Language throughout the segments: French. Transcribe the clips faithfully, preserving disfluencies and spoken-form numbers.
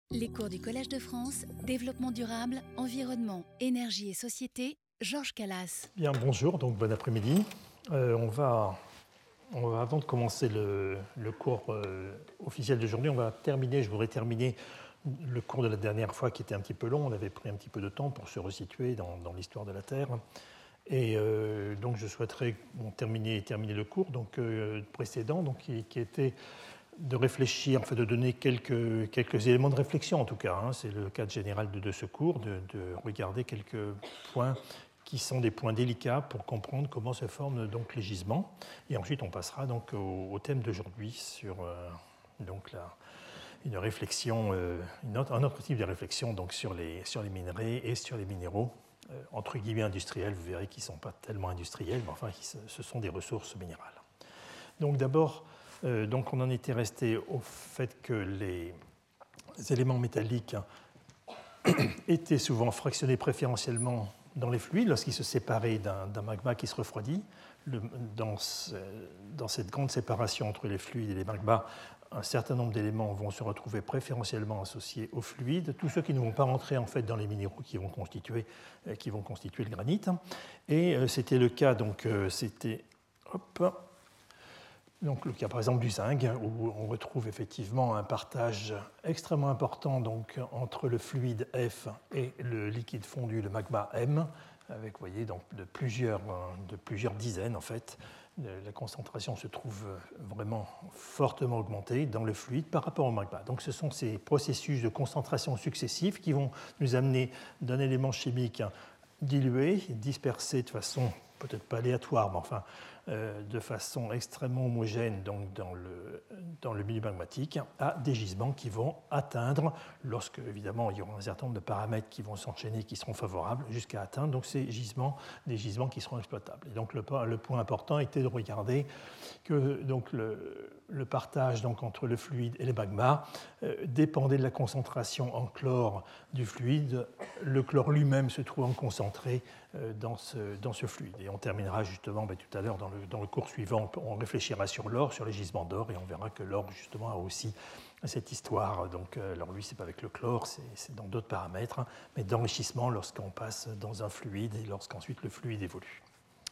Les cours du Collège de France, Développement durable, Environnement, Énergie et Société, Georges Calas. Bien, bonjour, donc bon après-midi. Euh, on, va, on va, avant de commencer le, le cours euh, officiel d'aujourd'hui, on va terminer, je voudrais terminer le cours de la dernière fois qui était un petit peu long. On avait pris un petit peu de temps pour se resituer dans, dans l'histoire de la Terre. Et euh, donc je souhaiterais bon, terminer, terminer le cours donc, euh, précédent, donc, qui, qui était de réfléchir, enfin de donner quelques, quelques éléments de réflexion en tout cas. Hein, c'est le cadre général de, de ce cours, de, de regarder quelques points qui sont des points délicats pour comprendre comment se forment donc les gisements. Et ensuite, on passera donc au, au thème d'aujourd'hui sur euh, donc la, une réflexion, euh, une autre, un autre type de réflexion donc sur les, sur les minerais et sur les minéraux, euh, entre guillemets industriels. Vous verrez qu'ils ne sont pas tellement industriels, mais enfin, ce sont des ressources minérales. Donc d'abord, euh, donc on en était resté au fait que les éléments métalliques étaient souvent fractionnés préférentiellement dans les fluides lorsqu'ils se séparaient d'un, d'un magma qui se refroidit. Le, dans, ce, dans cette grande séparation entre les fluides et les magmas, un certain nombre d'éléments vont se retrouver préférentiellement associés aux fluides, tous ceux qui ne vont pas rentrer en fait dans les minéraux qui vont constituer, euh, qui vont constituer le granit. Et euh, c'était le cas, donc euh, c'était, hop, donc le cas par exemple du zinc, où on retrouve effectivement un partage extrêmement important donc, entre le fluide F et le liquide fondu, le magma M, avec vous voyez, donc, de, plusieurs, de plusieurs dizaines en fait. La concentration se trouve vraiment fortement augmentée dans le fluide par rapport au magma. Donc ce sont ces processus de concentration successifs qui vont nous amener d'un élément chimique dilué, dispersé de façon peut-être pas aléatoire, mais enfin euh, de façon extrêmement homogène donc dans, le, dans le milieu magmatique, à des gisements qui vont atteindre, lorsque évidemment il y aura un certain nombre de paramètres qui vont s'enchaîner, qui seront favorables, jusqu'à atteindre donc, ces gisements, des gisements qui seront exploitables. Et donc le, le point important était de regarder que donc, le, le partage donc, entre le fluide et les magmas euh, dépendait de la concentration en chlore du fluide. Le chlore lui-même se trouvant concentré euh, dans, ce, dans ce fluide. Et on terminera justement ben, tout à l'heure dans le, dans le cours suivant, on réfléchira sur l'or, sur les gisements d'or, et on verra que l'or justement a aussi cette histoire. Donc, alors lui, ce n'est pas avec le chlore, c'est, c'est dans d'autres paramètres, hein, mais d'enrichissement lorsqu'on passe dans un fluide et lorsqu'ensuite le fluide évolue.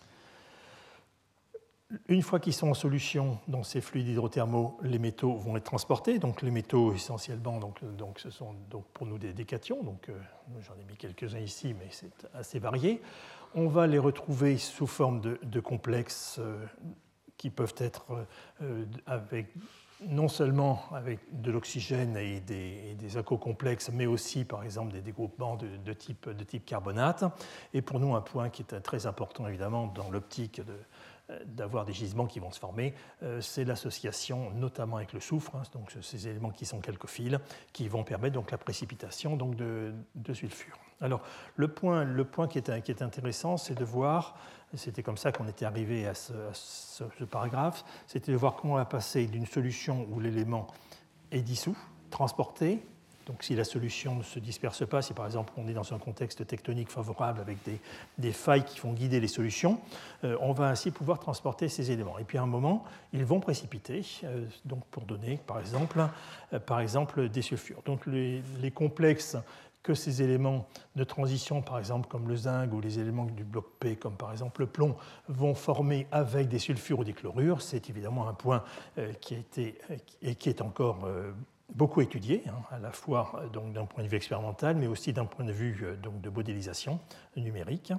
Une fois qu'ils sont en solution dans ces fluides hydrothermaux, les métaux vont être transportés. Donc les métaux, essentiellement, donc, donc, ce sont donc, pour nous des, des cations. Donc, euh, j'en ai mis quelques-uns ici, mais c'est assez varié. On va les retrouver sous forme de, de complexes euh, qui peuvent être euh, avec, non seulement avec de l'oxygène et des, et des aquacomplexes, mais aussi, par exemple, des dégroupements de, de, type, de type carbonate. Et pour nous, un point qui est très important, évidemment, dans l'optique de d'avoir des gisements qui vont se former, euh, c'est l'association notamment avec le soufre, hein, donc ces éléments qui sont chalcophiles, qui vont permettre donc la précipitation donc de, de sulfure. Alors le point, le point qui, est, qui est intéressant, c'est de voir, c'était comme ça qu'on était arrivé à ce, à ce, ce paragraphe, c'était de voir comment on va passer d'une solution où l'élément est dissous, transporté. Donc si la solution ne se disperse pas, si par exemple on est dans un contexte tectonique favorable avec des, des failles qui vont guider les solutions, euh, on va ainsi pouvoir transporter ces éléments. Et puis à un moment, ils vont précipiter, euh, donc pour donner par exemple, euh, par exemple des sulfures. Donc les, les complexes que ces éléments de transition, par exemple comme le zinc ou les éléments du bloc P, comme par exemple le plomb, vont former avec des sulfures ou des chlorures, c'est évidemment un point euh, qui, a été, et qui est encore euh, beaucoup étudié, hein, à la fois donc, d'un point de vue expérimental, mais aussi d'un point de vue donc, de modélisation numérique.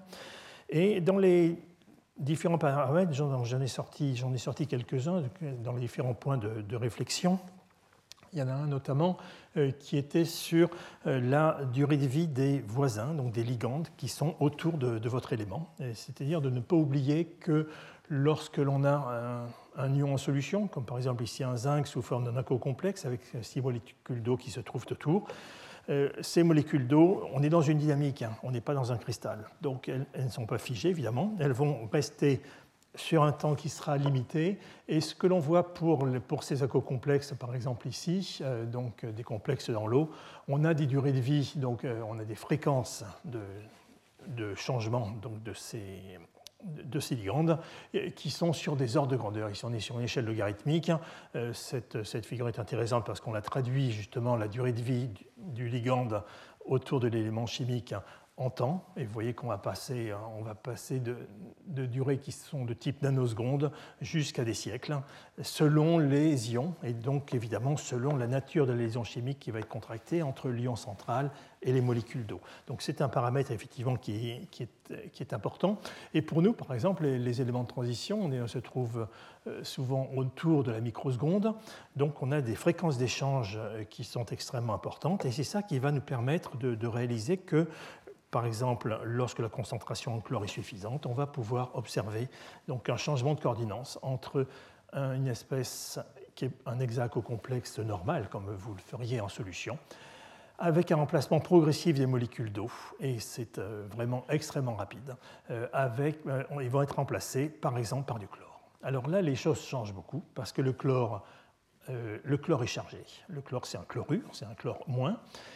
Et dans les différents paramètres, j'en, j'en, ai, sorti, j'en ai sorti quelques-uns dans les différents points de, de réflexion. Il y en a un notamment euh, qui était sur euh, la durée de vie des voisins, donc des ligandes qui sont autour de, de votre élément. Et c'est-à-dire de ne pas oublier que lorsque l'on a un, un ion en solution, comme par exemple ici un zinc sous forme d'un aquacomplexe avec six molécules d'eau qui se trouvent autour, euh, ces molécules d'eau, on est dans une dynamique, hein, on n'est pas dans un cristal. Donc elles, elles ne sont pas figées évidemment, elles vont rester sur un temps qui sera limité. Et ce que l'on voit pour, pour ces aquacomplexes, par exemple ici, euh, donc des complexes dans l'eau, on a des durées de vie, donc euh, on a des fréquences de, de changement donc, de, ces, de ces ligandes qui sont sur des ordres de grandeur. Ici, on est sur une échelle logarithmique. Cette, cette figure est intéressante parce qu'on a traduit justement la durée de vie du ligand autour de l'élément chimique en temps. Et vous voyez qu'on va passer, on va passer de, de durées qui sont de type nanosecondes jusqu'à des siècles, selon les ions, et donc évidemment selon la nature de la liaison chimique qui va être contractée entre l'ion central et les molécules d'eau. Donc c'est un paramètre effectivement qui est, qui est, qui est important. Et pour nous, par exemple, les, les éléments de transition, on, est, on se trouve souvent autour de la microseconde. Donc on a des fréquences d'échange qui sont extrêmement importantes, et c'est ça qui va nous permettre de, de réaliser que, par exemple, lorsque la concentration en chlore est suffisante, on va pouvoir observer donc un changement de coordination entre une espèce qui est un hexaco-complexe normal, comme vous le feriez en solution, avec un remplacement progressif des molécules d'eau, et c'est vraiment extrêmement rapide. Avec, ils vont être remplacés, par exemple, par du chlore. Alors là, les choses changent beaucoup, parce que le chlore, euh, le chlore est chargé. Le chlore, c'est un chlorure, c'est un chlore moins.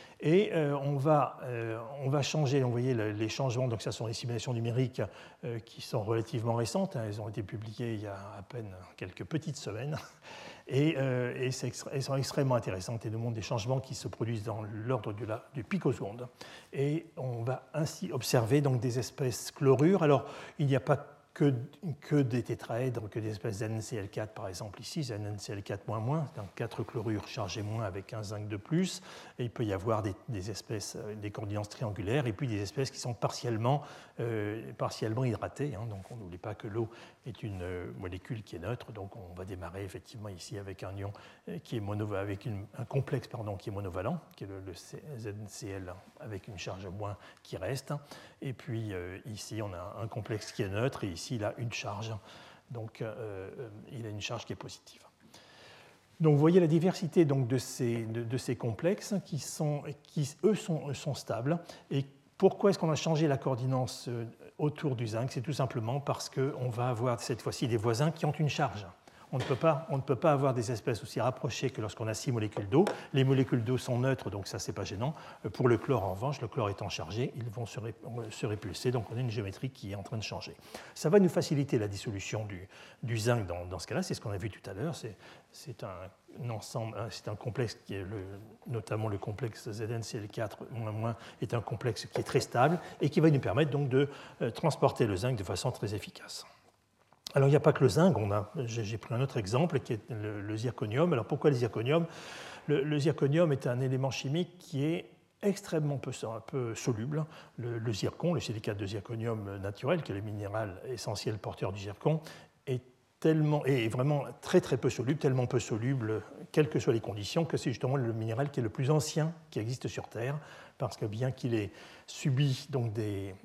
Et euh, on, va, euh, on va changer, vous voyez les changements, donc ça sont les simulations numériques euh, qui sont relativement récentes, hein, elles ont été publiées il y a à peine quelques petites semaines, et, euh, et elles sont extrêmement intéressantes et nous montrent des changements qui se produisent dans l'ordre du, du picoseconde. Et on va ainsi observer donc, des espèces chlorures. Alors, il n'y a pas Que, que des tétraèdres, que des espèces d'N C L quatre par exemple ici, c'est un N C L quatre moins moins, donc quatre chlorures chargées moins avec un zinc de plus, et il peut y avoir des, des espèces, des coordinances triangulaires, et puis des espèces qui sont partiellement, euh, partiellement hydratées, hein, donc on n'oublie pas que l'eau est une molécule qui est neutre, donc on va démarrer effectivement ici avec un ion qui est mono, avec une, un complexe pardon, qui est monovalent, qui est le, le Z N C L avec une charge moins qui reste, et puis euh, ici on a un complexe qui est neutre, et ici Ici, il a une charge, donc euh, il a une charge qui est positive. Donc, vous voyez la diversité donc, de, ces, de, de ces complexes qui, sont, qui eux, sont, sont stables. Et pourquoi est-ce qu'on a changé la coordinance autour du zinc? C'est tout simplement parce qu'on va avoir cette fois-ci des voisins qui ont une charge. On ne, peut pas, on ne peut pas avoir des espèces aussi rapprochées que lorsqu'on a six molécules d'eau. Les molécules d'eau sont neutres, donc ça, ce n'est pas gênant. Pour le chlore, en revanche, le chlore étant chargé, ils vont se, ré, se répulser, donc on a une géométrie qui est en train de changer. Ça va nous faciliter la dissolution du, du zinc dans, dans ce cas-là, c'est ce qu'on a vu tout à l'heure. C'est, c'est un, un ensemble, c'est un complexe qui est, le, notamment le complexe Z N C L quatre moins moins, est un complexe qui est très stable et qui va nous permettre donc de euh, transporter le zinc de façon très efficace. Alors, il n'y a pas que le zinc, on a, j'ai pris un autre exemple qui est le, le zirconium. Alors, pourquoi le zirconium? le, le zirconium est un élément chimique qui est extrêmement peu, un peu soluble. Le, le zircon, le silicate de zirconium naturel, qui est le minéral essentiel porteur du zircon, est tellement, est vraiment très très peu soluble, tellement peu soluble, quelles que soient les conditions, que c'est justement le minéral qui est le plus ancien qui existe sur Terre, parce que bien qu'il ait subi donc des,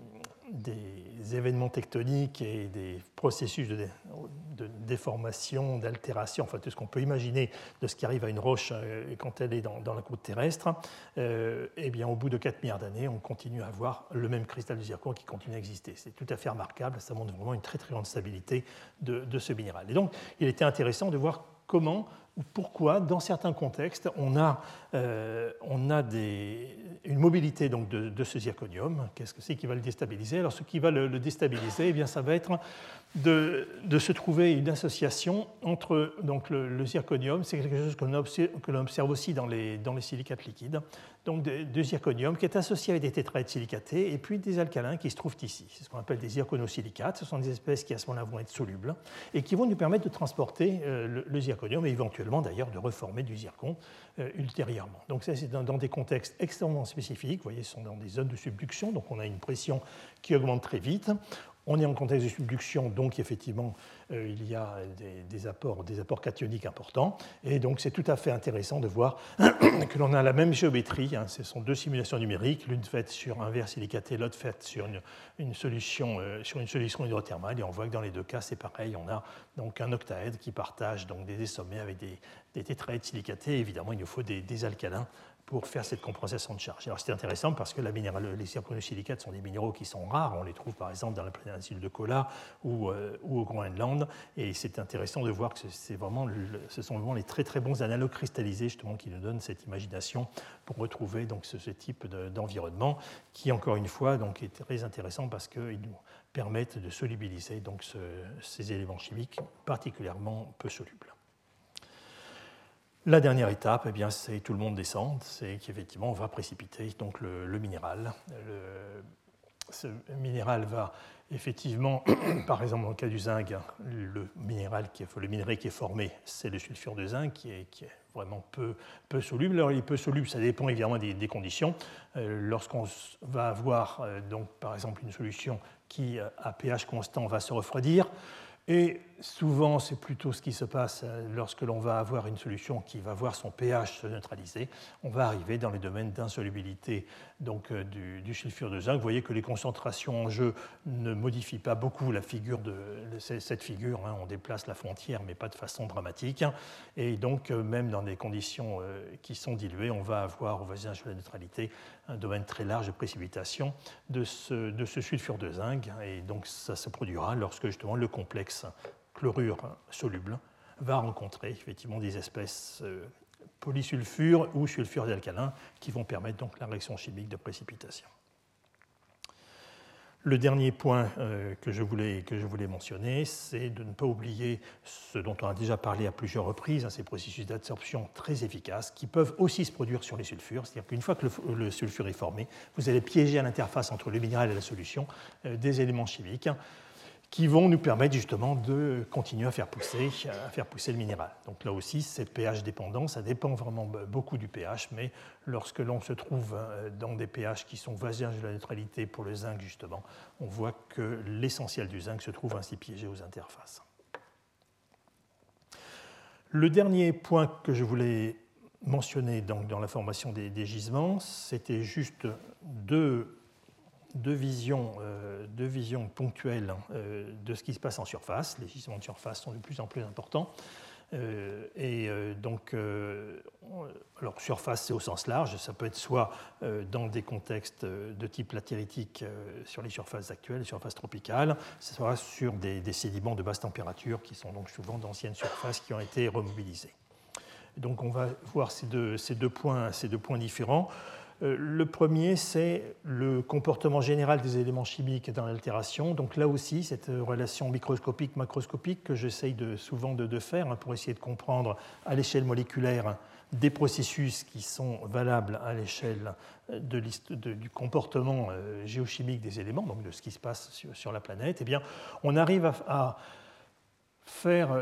des événements tectoniques et des processus de, de déformation, d'altération, enfin tout ce qu'on peut imaginer de ce qui arrive à une roche quand elle est dans, dans la croûte terrestre, euh, et bien au bout de quatre milliards d'années, on continue à avoir le même cristal de zircon qui continue à exister. C'est tout à fait remarquable, ça montre vraiment une très très grande stabilité de, de ce minéral. Et donc, il était intéressant de voir comment ou pourquoi, dans certains contextes, on a, euh, on a des, une mobilité donc, de, de ce zirconium. Qu'est-ce que c'est qui va le déstabiliser? Alors, ce qui va le, le déstabiliser, eh bien, ça va être de, de se trouver une association entre donc, le, le zirconium, c'est quelque chose que l'on observe, que l'on observe aussi dans les, dans les silicates liquides, donc de, de zirconium qui est associé avec des tétraèdres silicatés et puis des alcalins qui se trouvent ici. C'est ce qu'on appelle des zirconosilicates. Ce sont des espèces qui, à ce moment-là, vont être solubles et qui vont nous permettre de transporter euh, le, le zirconium et éventuellement, d'ailleurs, de reformer du zircon euh, ultérieurement. Donc ça, c'est dans, dans des contextes extrêmement spécifiques. Vous voyez, ce sont dans des zones de subduction, donc on a une pression qui augmente très vite. On est en contexte de subduction, donc effectivement, euh, il y a des, des, apports, des apports cationiques importants. Et donc, c'est tout à fait intéressant de voir que l'on a la même géométrie. Hein, ce sont deux simulations numériques, l'une faite sur un verre silicaté, l'autre faite sur une, une, solution, euh, sur une solution hydrothermale. Et on voit que dans les deux cas, c'est pareil. On a donc un octaèdre qui partage donc, des sommets avec des, des tétraèdres silicatés. Et évidemment, il nous faut des, des alcalins pour faire cette compensation de charge. Alors c'est intéressant parce que la minéral, les zirconosilicates sont des minéraux qui sont rares, on les trouve par exemple dans la péninsule de Kola ou, euh, ou au Groenland, et c'est intéressant de voir que c'est vraiment le, ce sont vraiment les très très bons analogues cristallisés justement qui nous donnent cette imagination pour retrouver donc ce, ce type de, d'environnement qui encore une fois donc, est très intéressant parce qu'ils nous permettent de solubiliser donc, ce, ces éléments chimiques particulièrement peu solubles. La dernière étape, eh bien, c'est tout le monde descend, c'est qu'effectivement on va précipiter donc, le, le minéral. Le, ce minéral va effectivement, par exemple dans le cas du zinc, le, minéral qui est, le minerai qui est formé, c'est le sulfure de zinc qui est, qui est vraiment peu, peu soluble. Alors il est peu soluble, ça dépend évidemment des, des conditions. Euh, lorsqu'on va avoir euh, donc, par exemple une solution qui à pH constant va se refroidir, et souvent, c'est plutôt ce qui se passe lorsque l'on va avoir une solution qui va voir son pH se neutraliser. On va arriver dans les domaines d'insolubilité donc, du, du sulfure de zinc. Vous voyez que les concentrations en jeu ne modifient pas beaucoup la figure de, cette figure. Hein. On déplace la frontière, mais pas de façon dramatique. Et donc, même dans des conditions qui sont diluées, on va avoir au voisinage de la neutralité un domaine très large de précipitation de ce, de ce sulfure de zinc. Et donc, ça se produira lorsque justement le complexe chlorure soluble va rencontrer effectivement des espèces euh, polysulfures ou sulfures d'alcalin qui vont permettre donc la réaction chimique de précipitation. Le dernier point euh, que, je voulais, que je voulais mentionner, c'est de ne pas oublier ce dont on a déjà parlé à plusieurs reprises, hein, ces processus d'absorption très efficaces qui peuvent aussi se produire sur les sulfures. C'est-à-dire qu'une fois que le, le sulfure est formé, vous allez piéger à l'interface entre le minéral et la solution euh, des éléments chimiques qui vont nous permettre justement de continuer à faire pousser, à faire pousser le minéral. Donc là aussi, c'est pH dépendant, ça dépend vraiment beaucoup du pH, mais lorsque l'on se trouve dans des pH qui sont voisins de la neutralité pour le zinc justement, on voit que l'essentiel du zinc se trouve ainsi piégé aux interfaces. Le dernier point que je voulais mentionner donc dans la formation des, des gisements, c'était juste deux Deux visions, euh, deux visions ponctuelles euh, de ce qui se passe en surface. Les gisements de surface sont de plus en plus importants. Euh, et euh, donc, euh, alors, surface, c'est au sens large. Ça peut être soit euh, dans des contextes de type latéritique euh, sur les surfaces actuelles, les surfaces tropicales, soit sur des, des sédiments de basse température qui sont donc souvent d'anciennes surfaces qui ont été remobilisées. Donc, on va voir ces deux, ces deux points, ces deux points différents. Le premier, c'est le comportement général des éléments chimiques dans l'altération. Donc là aussi, cette relation microscopique-macroscopique que j'essaye de, souvent de, de faire hein, pour essayer de comprendre à l'échelle moléculaire des processus qui sont valables à l'échelle de, de, du comportement euh, géochimique des éléments, donc de ce qui se passe sur, sur la planète, eh bien, on arrive à, à faire,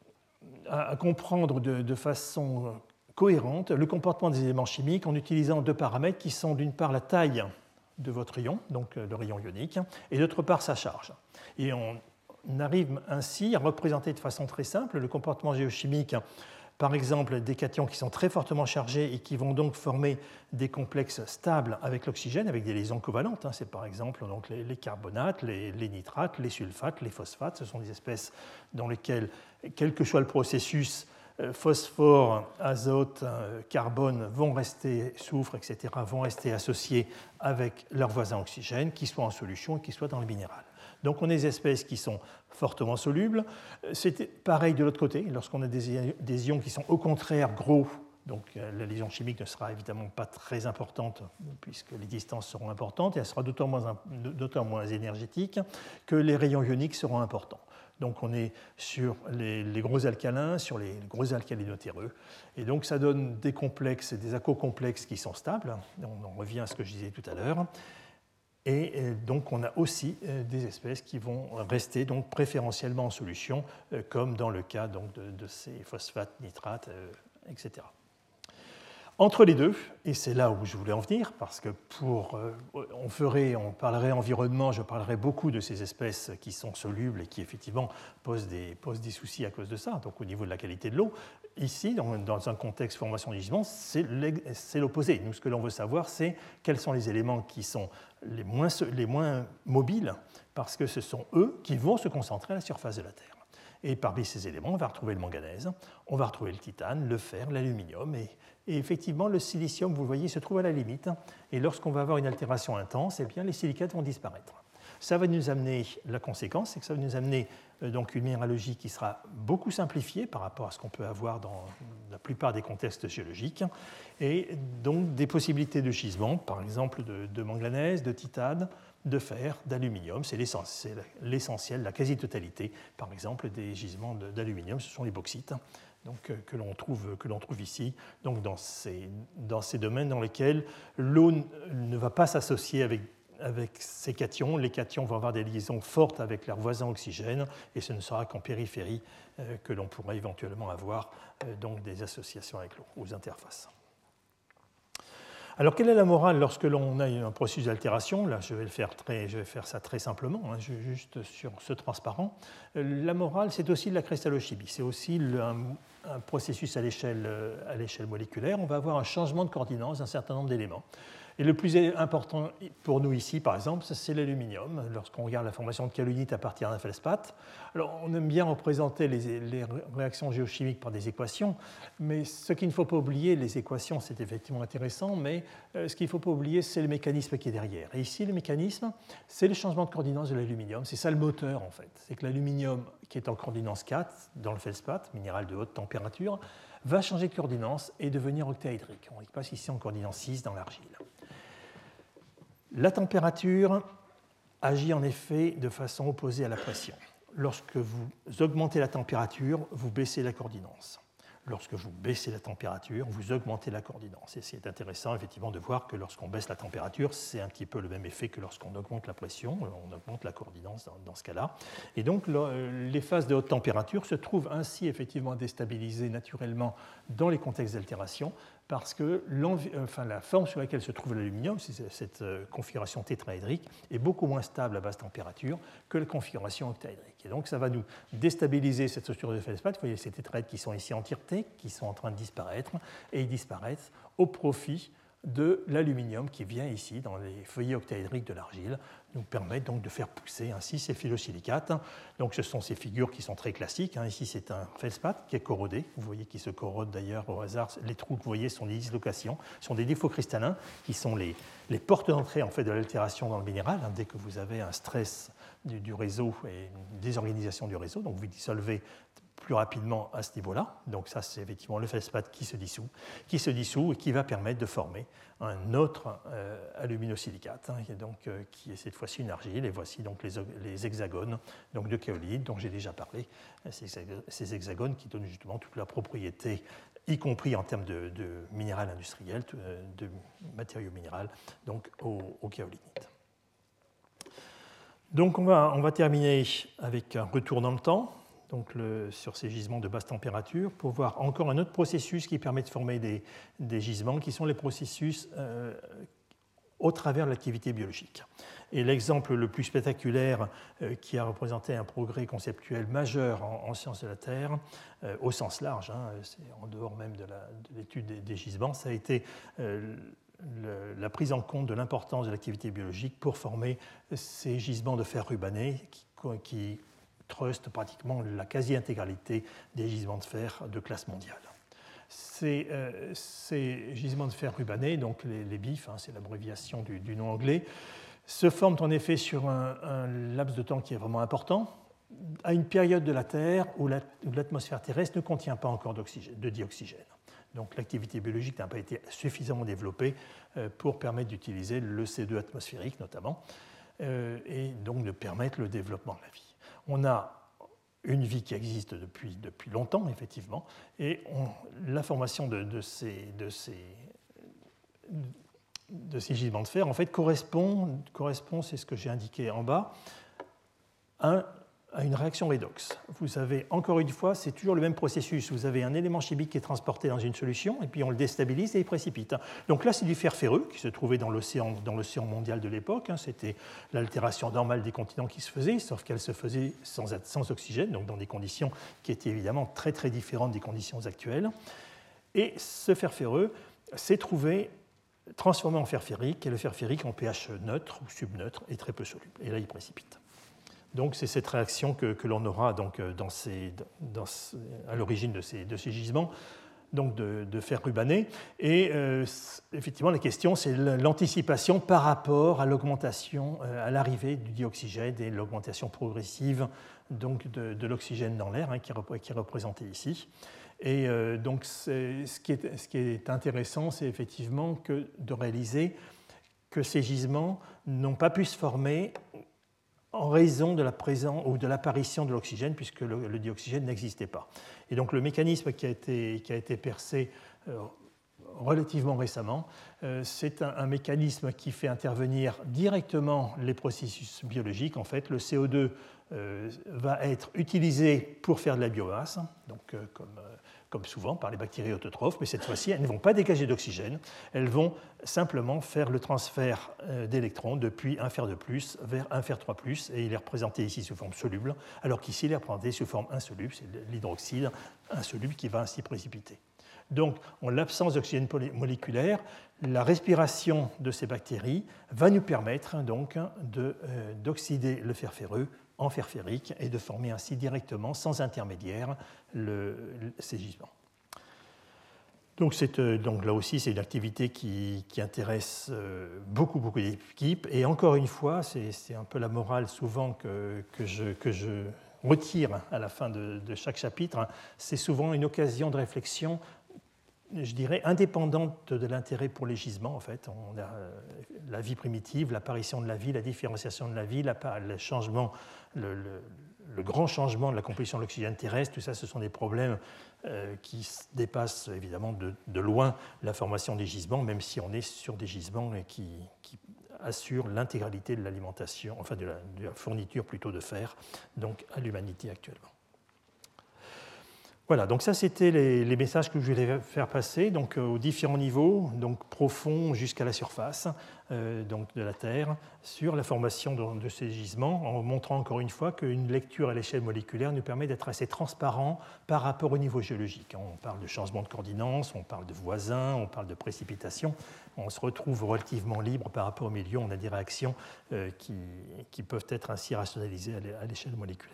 à, à comprendre de, de façon cohérente le comportement des éléments chimiques en utilisant deux paramètres qui sont d'une part la taille de votre rayon, donc le rayon ionique, et d'autre part sa charge. Et on arrive ainsi à représenter de façon très simple le comportement géochimique, par exemple des cations qui sont très fortement chargés et qui vont donc former des complexes stables avec l'oxygène, avec des liaisons covalentes. C'est par exemple donc les, les carbonates, les, les nitrates, les sulfates, les phosphates. Ce sont des espèces dans lesquelles, quel que soit le processus, phosphore, azote, carbone vont rester, soufre, et cetera, vont rester associés avec leurs voisins oxygène, qu'ils soient en solution et qu'ils soient dans le minéral. Donc on a des espèces qui sont fortement solubles. C'est pareil de l'autre côté, lorsqu'on a des, des ions qui sont au contraire gros, donc la liaison chimique ne sera évidemment pas très importante puisque les distances seront importantes et elle sera d'autant moins, d'autant moins énergétique que les rayons ioniques seront importants. Donc on est sur les, les gros alcalins, sur les gros alcalinotéreux. Et donc ça donne des complexes, des acocomplexes qui sont stables. On en revient à ce que je disais tout à l'heure. Et donc on a aussi des espèces qui vont rester donc préférentiellement en solution, comme dans le cas donc de, de ces phosphates, nitrates, et cetera. Entre les deux, et c'est là où je voulais en venir, parce que pour, euh, on, ferait, on parlerait environnement, je parlerai beaucoup de ces espèces qui sont solubles et qui effectivement posent des, posent des soucis à cause de ça, donc au niveau de la qualité de l'eau. Ici, dans, dans un contexte formation de gisement, c'est l'opposé. Nous, ce que l'on veut savoir, c'est quels sont les éléments qui sont les moins, les moins mobiles, parce que ce sont eux qui vont se concentrer à la surface de la Terre. Et parmi ces éléments, on va retrouver le manganèse, on va retrouver le titane, le fer, l'aluminium. Et, et effectivement, le silicium, vous le voyez, se trouve à la limite. Et lorsqu'on va avoir une altération intense, eh bien, les silicates vont disparaître. Ça va nous amener, la conséquence, c'est que ça va nous amener euh, donc une minéralogie qui sera beaucoup simplifiée par rapport à ce qu'on peut avoir dans la plupart des contextes géologiques, et donc des possibilités de gisement, par exemple de, de manganèse, de titane, de fer, d'aluminium. C'est l'essentiel, la quasi-totalité, par exemple, des gisements d'aluminium, ce sont les bauxites. Donc, que l'on trouve, que l'on trouve ici, donc dans, ces, dans ces domaines dans lesquels l'eau ne va pas s'associer avec avec ces cations. Les cations vont avoir des liaisons fortes avec leurs voisins oxygène, et ce ne sera qu'en périphérie euh, que l'on pourra éventuellement avoir euh, donc des associations avec l'eau, aux interfaces. Alors, quelle est la morale lorsque l'on a un processus d'altération? Là, je vais, le faire très, je vais faire ça très simplement, hein, juste sur ce transparent. La morale, c'est aussi de la cristallochimie. C'est aussi le, un, un processus à l'échelle à l'échelle moléculaire. On va avoir un changement de coordination d'un certain nombre d'éléments. Et le plus important pour nous ici, par exemple, c'est l'aluminium. Lorsqu'on regarde la formation de kaolinite à partir d'un feldspath, alors on aime bien représenter les, les réactions géochimiques par des équations, mais ce qu'il ne faut pas oublier, les équations, c'est effectivement intéressant, mais ce qu'il ne faut pas oublier, c'est le mécanisme qui est derrière. Et ici, le mécanisme, c'est le changement de coordination de l'aluminium. C'est ça le moteur, en fait. C'est que l'aluminium, qui est en coordination quatre dans le feldspath, minéral de haute température, va changer de coordination et devenir octaédrique. On passe ici en coordination six dans l'argile. La température agit en effet de façon opposée à la pression. Lorsque vous augmentez la température, vous baissez la coordination. Lorsque vous baissez la température, vous augmentez la coordination. Et c'est intéressant effectivement de voir que lorsqu'on baisse la température, c'est un petit peu le même effet que lorsqu'on augmente la pression, on augmente la coordination dans, dans ce cas-là. Et donc les phases de haute température se trouvent ainsi effectivement déstabilisées naturellement dans les contextes d'altération, parce que enfin, la forme sur laquelle se trouve l'aluminium, cette configuration tétraédrique, est beaucoup moins stable à basse température que la configuration octaédrique. Et donc ça va nous déstabiliser cette structure de feldspath. Vous voyez ces tétraèdres qui sont ici entièretés, qui sont en train de disparaître, et ils disparaissent au profit de l'aluminium qui vient ici dans les feuillets octaédriques de l'argile, nous permettent donc de faire pousser ainsi ces phyllosilicates. Donc ce sont ces figures qui sont très classiques. Ici c'est un feldspath qui est corrodé. Vous voyez qu'il se corrode d'ailleurs au hasard. Les trous que vous voyez sont des dislocations, sont des défauts cristallins qui sont les, les portes d'entrée en fait, de l'altération dans le minéral. Dès que vous avez un stress du, du réseau et une désorganisation du réseau, donc vous dissolvez plus rapidement à ce niveau-là. Donc ça, c'est effectivement le feldspath qui se dissout, qui se dissout et qui va permettre de former un autre euh, aluminosilicate, hein, donc, euh, qui est cette fois-ci une argile. Et voici donc les, les hexagones donc, de kaolinite dont j'ai déjà parlé. Ces, ces hexagones qui donnent justement toute la propriété, y compris en termes de, de minéral industriel, de matériaux minéraux, donc au, au kaolinite. Donc on va, on va terminer avec un retour dans le temps. Donc le, sur ces gisements de basse température, pour voir encore un autre processus qui permet de former des, des gisements, qui sont les processus euh, au travers de l'activité biologique. Et l'exemple le plus spectaculaire euh, qui a représenté un progrès conceptuel majeur en, en sciences de la Terre, euh, au sens large, hein, c'est en dehors même de l'étude des, des gisements, ça a été euh, le, la prise en compte de l'importance de l'activité biologique pour former ces gisements de fer rubané qui, qui trust pratiquement la quasi-intégralité des gisements de fer de classe mondiale. Ces, euh, ces gisements de fer rubané, donc les, les B I F, hein, c'est l'abréviation du, du nom anglais, se forment en effet sur un, un laps de temps qui est vraiment important, à une période de la Terre où l'atmosphère terrestre ne contient pas encore de dioxygène. Donc l'activité biologique n'a pas été suffisamment développée euh, pour permettre d'utiliser le C O deux atmosphérique notamment, euh, et donc de permettre le développement de la vie. On a une vie qui existe depuis, depuis longtemps, effectivement, et on, la formation de, de, ces, de, ces, de ces gisements de fer, en fait, correspond, correspond c'est ce que j'ai indiqué en bas, à, à une réaction redox. Vous avez, encore une fois, c'est toujours le même processus. Vous avez un élément chimique qui est transporté dans une solution, et puis on le déstabilise et il précipite. Donc là, c'est du fer ferreux qui se trouvait dans l'océan, dans l'océan mondial de l'époque. C'était l'altération normale des continents qui se faisait, sauf qu'elle se faisait sans, sans oxygène, donc dans des conditions qui étaient évidemment très très différentes des conditions actuelles. Et ce fer ferreux s'est trouvé transformé en fer ferrique, et le fer ferrique en pH neutre ou subneutre est très peu soluble. Et là, il précipite. Donc c'est cette réaction que, que l'on aura donc, dans ces, dans, à l'origine de ces, de ces gisements, donc de, de fer rubané. Et euh, effectivement, la question, c'est l'anticipation par rapport à l'augmentation, euh, à l'arrivée du dioxygène et l'augmentation progressive donc, de, de l'oxygène dans l'air, hein, qui, qui est représenté ici. Et euh, donc, ce qui, est, ce qui est intéressant, c'est effectivement que, de réaliser que ces gisements n'ont pas pu se former en raison de la présence ou de l'apparition de l'oxygène, puisque le, le dioxygène n'existait pas. Et donc, le mécanisme qui a été, qui a été percé euh, relativement récemment, euh, c'est un, un mécanisme qui fait intervenir directement les processus biologiques. En fait, le C O deux euh, va être utilisé pour faire de la biomasse, donc euh, comme euh, comme souvent par les bactéries autotrophes, mais cette fois-ci, elles ne vont pas dégager d'oxygène, elles vont simplement faire le transfert d'électrons depuis un fer de plus vers un fer trois plus, et il est représenté ici sous forme soluble, alors qu'ici, il est représenté sous forme insoluble, c'est l'hydroxyde insoluble qui va ainsi précipiter. Donc, en l'absence d'oxygène moléculaire, la respiration de ces bactéries va nous permettre donc de, euh, d'oxyder le fer ferreux en fer ferrique et de former ainsi directement, sans intermédiaire, le, ces gisements. Donc, c'est, donc là aussi, c'est une activité qui, qui intéresse beaucoup, beaucoup d'équipes. Et encore une fois, c'est, c'est un peu la morale souvent que, que, je, que je retire à la fin de, de chaque chapitre. C'est souvent une occasion de réflexion, je dirais, indépendante de l'intérêt pour les gisements, en fait. On a la vie primitive, l'apparition de la vie, la différenciation de la vie, le changement, le, le, le grand changement de la composition de l'oxygène terrestre, tout ça, ce sont des problèmes euh, qui dépassent évidemment de, de loin la formation des gisements, même si on est sur des gisements qui, qui assurent l'intégralité de l'alimentation, enfin de la, de la fourniture plutôt de fer, donc à l'humanité actuellement. Voilà, donc ça c'était les, les messages que je voulais faire passer donc, euh, aux différents niveaux, donc profond jusqu'à la surface euh, donc de la Terre, sur la formation de, de ces gisements, en montrant encore une fois qu'une lecture à l'échelle moléculaire nous permet d'être assez transparent par rapport au niveau géologique. On parle de changement de coordination, on parle de voisins, on parle de précipitation, on se retrouve relativement libre par rapport au milieu, on a des réactions euh, qui, qui peuvent être ainsi rationalisées à l'échelle moléculaire.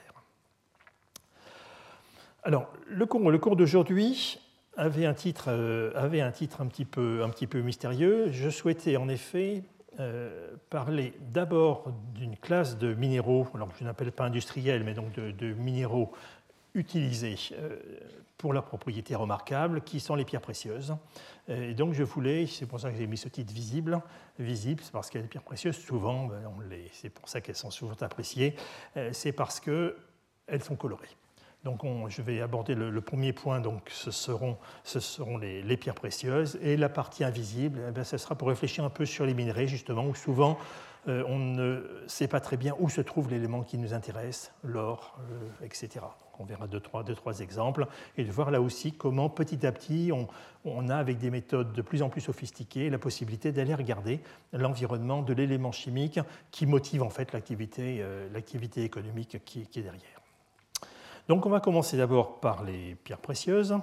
Alors, le cours, le cours d'aujourd'hui avait un titre, euh, avait un, titre un, petit peu, un petit peu mystérieux. Je souhaitais en effet euh, parler d'abord d'une classe de minéraux, alors je n'appelle pas industriels, mais donc de, de minéraux utilisés euh, pour leurs propriétés remarquables, qui sont les pierres précieuses. Et donc je voulais, c'est pour ça que j'ai mis ce titre visible, visible, c'est parce que les pierres précieuses, souvent, ben, on les, c'est pour ça qu'elles sont souvent appréciées, euh, c'est parce qu'elles sont colorées. Donc on, je vais aborder le, le premier point, donc ce seront, ce seront les, les pierres précieuses, et la partie invisible, eh bien, ce sera pour réfléchir un peu sur les minerais, justement, où souvent euh, on ne sait pas très bien où se trouve l'élément qui nous intéresse, l'or, euh, et cetera. Donc on verra deux trois, deux, trois exemples, et de voir là aussi comment petit à petit on, on a, avec des méthodes de plus en plus sophistiquées, la possibilité d'aller regarder l'environnement de l'élément chimique qui motive en fait l'activité, euh, l'activité économique qui, qui est derrière. Donc on va commencer d'abord par les pierres précieuses,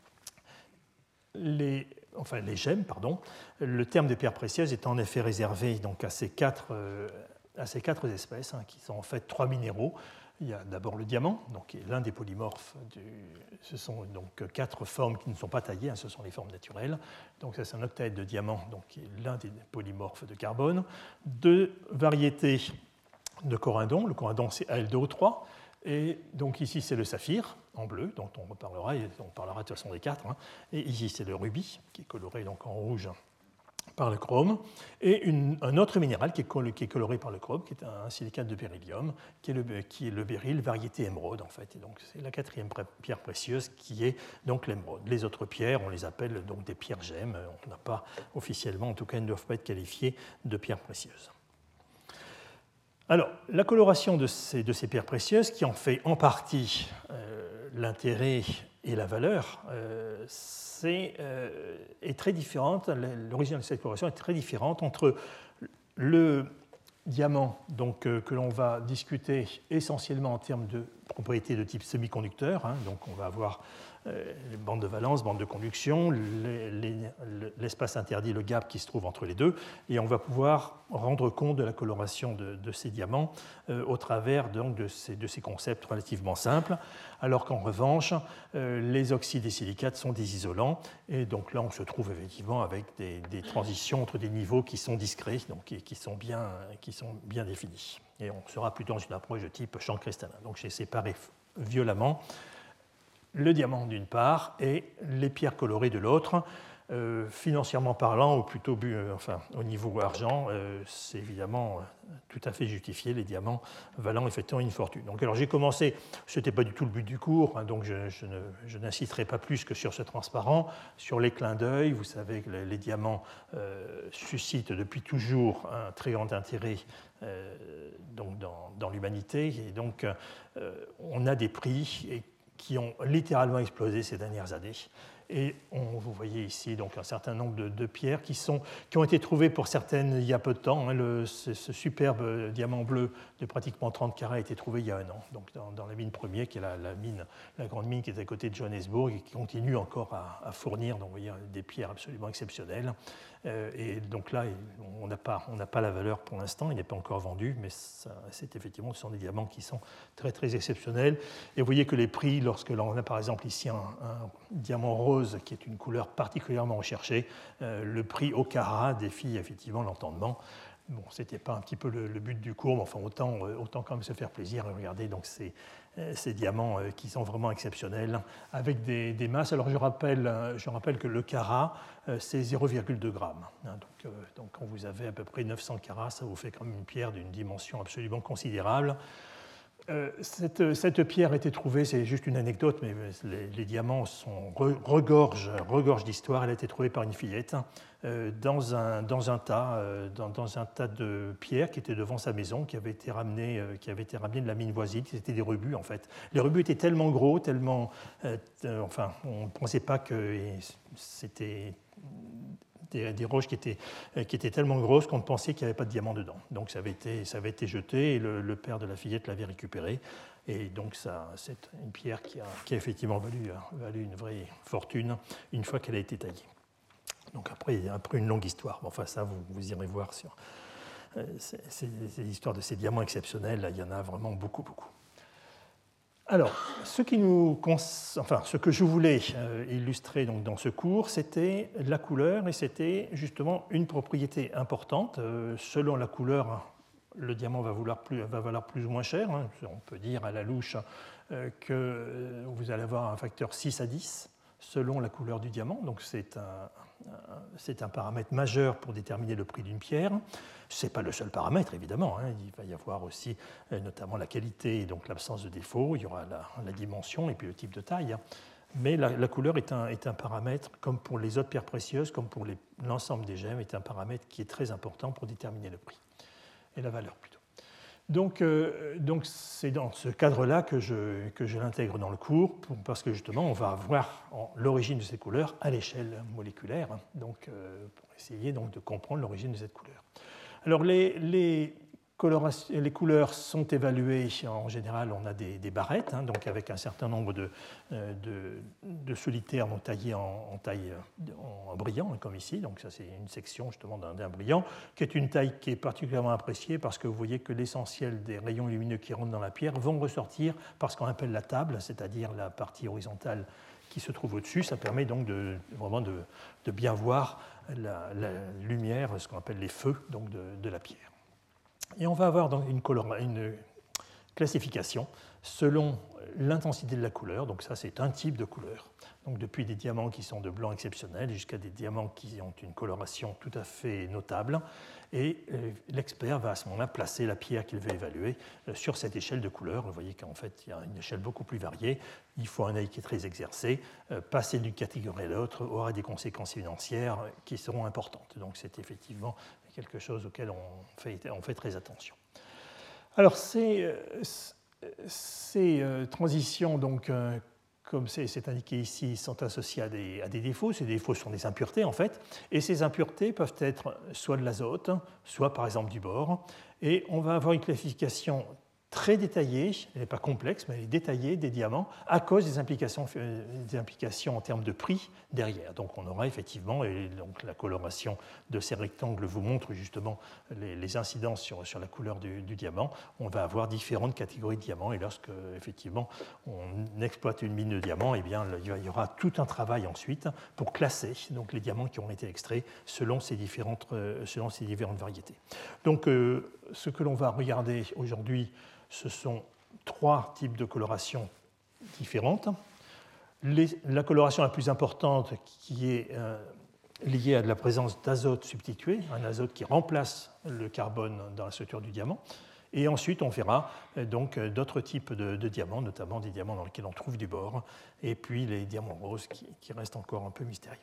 les, enfin les gemmes, pardon. Le terme de pierres précieuses est en effet réservé donc, à, ces quatre, euh, à ces quatre espèces, hein, qui sont en fait trois minéraux. Il y a d'abord le diamant, donc, qui est l'un des polymorphes. Du, ce sont donc quatre formes qui ne sont pas taillées, hein, ce sont les formes naturelles. Donc ça, c'est un octaèdre de diamant, donc, qui est l'un des polymorphes de carbone. Deux variétés de corindon. Le corindon, c'est A L deux O trois. Et donc ici, c'est le saphir, en bleu, dont on reparlera, et on parlera de toute façon des quatre. Hein. Et ici, c'est le rubis, qui est coloré donc en rouge par le chrome. Et une, un autre minéral qui est, col, qui est coloré par le chrome, qui est un silicate de beryllium, qui est le, qui est le béryl, variété émeraude, en fait. Et donc, c'est la quatrième pierre précieuse qui est donc l'émeraude. Les autres pierres, on les appelle donc des pierres gemmes. On n'a pas officiellement, en tout cas, elles ne doivent pas être qualifiées de pierres précieuses. Alors, la coloration de ces, de ces pierres précieuses, qui en fait en partie euh, l'intérêt et la valeur, euh, c'est, euh, est très différente. L'origine de cette coloration est très différente entre le diamant, donc, euh, que l'on va discuter essentiellement en termes de propriétés de type semi-conducteur. Hein, donc, on va avoir euh, les bandes de valence, bandes de conduction, les, les, l'espace interdit, le gap qui se trouve entre les deux, et on va pouvoir rendre compte de la coloration de, de ces diamants euh, au travers donc, de, ces, de ces concepts relativement simples, alors qu'en revanche, euh, les oxydes et silicates sont des isolants, et donc là on se trouve effectivement avec des, des transitions entre des niveaux qui sont discrets, donc qui, qui, sont bien, qui sont bien définis. Et on sera plutôt dans une approche de type champ cristallin. Donc j'ai séparé violemment le diamant d'une part et les pierres colorées de l'autre. Euh, financièrement parlant, ou plutôt euh, enfin, au niveau argent, euh, c'est évidemment euh, tout à fait justifié, les diamants valant effectivement une fortune. Donc, alors j'ai commencé, ce n'était pas du tout le but du cours, hein, donc je, je, ne, je n'insisterai pas plus que sur ce transparent, sur les clins d'œil. Vous savez que les, les diamants euh, suscitent depuis toujours un très grand intérêt euh, donc dans, dans l'humanité, et donc euh, on a des prix et, qui ont littéralement explosé ces dernières années. Et on, vous voyez ici donc un certain nombre de, de pierres qui, sont, qui ont été trouvées pour certaines il y a peu de temps. Hein, le, ce, ce superbe diamant bleu de pratiquement trente carats a été trouvé il y a un an, donc dans, dans la mine Premier, qui est la, la, mine, la grande mine qui est à côté de Johannesburg et qui continue encore à, à fournir donc, vous voyez, des pierres absolument exceptionnelles. Euh, et donc là, on n'a pas, on n'a pas la valeur pour l'instant, il n'est pas encore vendu, mais ça, c'est effectivement, ce sont des diamants qui sont très très exceptionnels. Et vous voyez que les prix, lorsque l'on a par exemple ici un, un diamant rose qui est une couleur particulièrement recherchée, euh, le prix au carat défie effectivement l'entendement. Bon, ce n'était pas un petit peu le, le but du cours, mais enfin autant, autant quand même se faire plaisir et regarder donc ces, ces diamants qui sont vraiment exceptionnels avec des, des masses. Alors je rappelle, je rappelle que le carat, c'est zéro virgule deux grammes. Donc, donc quand vous avez à peu près neuf cents carats, ça vous fait quand même une pierre d'une dimension absolument considérable. Euh, cette, cette pierre a été trouvée, c'est juste une anecdote, mais les, les diamants sont re, regorgent, regorgent d'histoire. Elle a été trouvée par une fillette euh, dans, un, dans, un tas, euh, dans, dans un tas de pierres qui était devant sa maison, qui avait été ramené, euh, qui avait été ramené de la mine voisine. C'était des rebuts en fait. Les rebuts étaient tellement gros, tellement, euh, euh, enfin, on ne pensait pas que c'était Des, des roches qui étaient, qui étaient tellement grosses qu'on pensait qu'il n'y avait pas de diamant dedans. Donc ça avait été, ça avait été jeté et le, le père de la fillette l'avait récupéré. Et donc ça, c'est une pierre qui a, qui a effectivement valu, valu une vraie fortune une fois qu'elle a été taillée. Donc après, après une longue histoire. Bon, enfin ça, vous, vous irez voir sur euh, ces, ces, ces histoires de ces diamants exceptionnels. Là, il y en a vraiment beaucoup, beaucoup. Alors, ce, qui nous, enfin, ce que je voulais euh, illustrer donc, dans ce cours, c'était la couleur, et c'était justement une propriété importante. Euh, selon la couleur, le diamant va, vouloir plus, va valoir plus ou moins cher. Hein. On peut dire à la louche euh, que vous allez avoir un facteur six à dix selon la couleur du diamant. Donc c'est un, c'est un paramètre majeur pour déterminer le prix d'une pierre. Ce n'est pas le seul paramètre, évidemment. Hein. Il va y avoir aussi euh, notamment la qualité et donc l'absence de défaut. Il y aura la, la dimension et puis le type de taille. Hein. Mais la, la couleur est un, est un paramètre, comme pour les autres pierres précieuses, comme pour les, l'ensemble des gemmes, est un paramètre qui est très important pour déterminer le prix et la valeur plutôt. Donc, euh, donc c'est dans ce cadre-là que je, que je l'intègre dans le cours, pour, parce que justement, on va voir l'origine de ces couleurs à l'échelle moléculaire, hein, donc, euh, pour essayer donc, de comprendre l'origine de cette couleur. Alors, les, les, les couleurs sont évaluées, en général, on a des, des barrettes, hein, donc avec un certain nombre de, de, de solitaires donc, taillés en, en taille en brillant, comme ici. Donc ça, c'est une section justement d'un, d'un brillant, qui est une taille qui est particulièrement appréciée parce que vous voyez que l'essentiel des rayons lumineux qui rentrent dans la pierre vont ressortir par ce qu'on appelle la table, c'est-à-dire la partie horizontale qui se trouve au-dessus. Ça permet donc de, vraiment de, de bien voir la, la lumière, ce qu'on appelle les feux donc de, de la pierre. Et on va avoir donc une, color... une classification selon l'intensité de la couleur. Donc ça, c'est un type de couleur. Donc depuis des diamants qui sont de blanc exceptionnel jusqu'à des diamants qui ont une coloration tout à fait notable. Et l'expert va à ce moment-là placer la pierre qu'il veut évaluer sur cette échelle de couleur. Vous voyez qu'en fait, il y a une échelle beaucoup plus variée. Il faut un œil qui est très exercé. Passer d'une catégorie à l'autre aura des conséquences financières qui seront importantes. Donc c'est effectivement quelque chose auquel on fait, on fait très attention. Alors, ces, ces transitions, donc, comme c'est, c'est indiqué ici, sont associées à des, à des défauts. Ces défauts sont des impuretés, en fait. Et ces impuretés peuvent être soit de l'azote, soit, par exemple, du bore. Et on va avoir une classification très détaillée, elle n'est pas complexe, mais elle est détaillée des diamants à cause des implications, des implications en termes de prix derrière. Donc on aura effectivement, et donc la coloration de ces rectangles vous montre justement les, les incidences sur, sur la couleur du, du diamant. On va avoir différentes catégories de diamants et lorsque effectivement on exploite une mine de diamants, eh bien, il y aura tout un travail ensuite pour classer donc, les diamants qui ont été extraits selon ces différentes, selon ces différentes variétés. Donc euh, ce que l'on va regarder aujourd'hui, ce sont trois types de coloration différentes. Les, la coloration la plus importante qui est euh, liée à de la présence d'azote substitué, un azote qui remplace le carbone dans la structure du diamant. Et ensuite, on verra euh, donc d'autres types de, de diamants, notamment des diamants dans lesquels on trouve du bore, et puis les diamants roses qui, qui restent encore un peu mystérieux.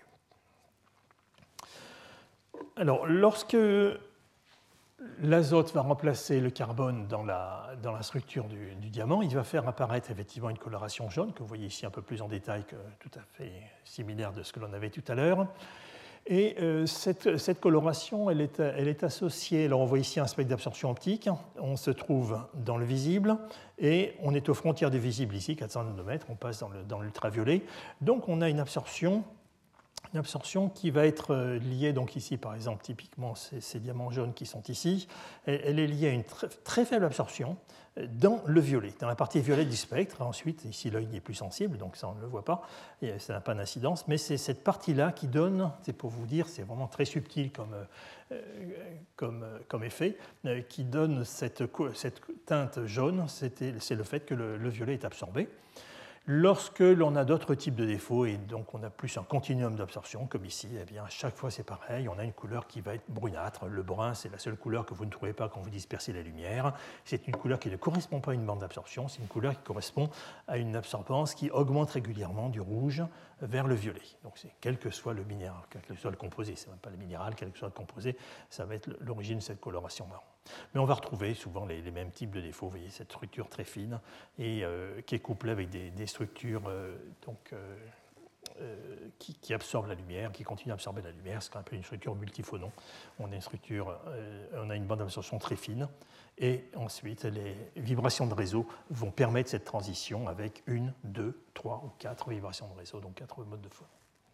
Alors, lorsque l'azote va remplacer le carbone dans la, dans la structure du, du diamant, il va faire apparaître effectivement une coloration jaune, que vous voyez ici un peu plus en détail, que tout à fait similaire de ce que l'on avait tout à l'heure. Et euh, cette, cette coloration, elle est, elle est associée, alors on voit ici un spectre d'absorption optique, on se trouve dans le visible, et on est aux frontières du visible ici, quatre cents nanomètres, on passe dans, le, dans l'ultraviolet. Donc on a une absorption Une absorption qui va être liée, donc ici par exemple, typiquement ces, ces diamants jaunes qui sont ici, elle est liée à une très, très faible absorption dans le violet, dans la partie violette du spectre. Ensuite, ici l'œil est plus sensible, donc ça on ne le voit pas, et ça n'a pas d'incidence, mais c'est cette partie-là qui donne, c'est pour vous dire, c'est vraiment très subtil comme, euh, comme, comme effet, euh, qui donne cette, cette teinte jaune, c'est le fait que le, le violet est absorbé. Lorsque l'on a d'autres types de défauts, et donc on a plus un continuum d'absorption, comme ici, eh bien, à chaque fois c'est pareil, on a une couleur qui va être brunâtre. Le brun, c'est la seule couleur que vous ne trouvez pas quand vous dispersez la lumière. C'est une couleur qui ne correspond pas à une bande d'absorption, c'est une couleur qui correspond à une absorbance qui augmente régulièrement du rouge vers le violet. Donc c'est quel que soit le minéral, quel que soit le composé, c'est même pas le minéral, quel que soit le composé, ça va être l'origine de cette coloration marron. Mais on va retrouver souvent les, les mêmes types de défauts. Vous voyez cette structure très fine et euh, qui est couplée avec des, des structures euh, donc, euh, euh, qui, qui absorbent la lumière, qui continuent à absorber la lumière. C'est ce qu'on appelle une structure multiphonon. On a une structure, euh, on a une bande d'absorption très fine et ensuite les vibrations de réseau vont permettre cette transition avec une, deux, trois ou quatre vibrations de réseau, donc quatre modes de phonon.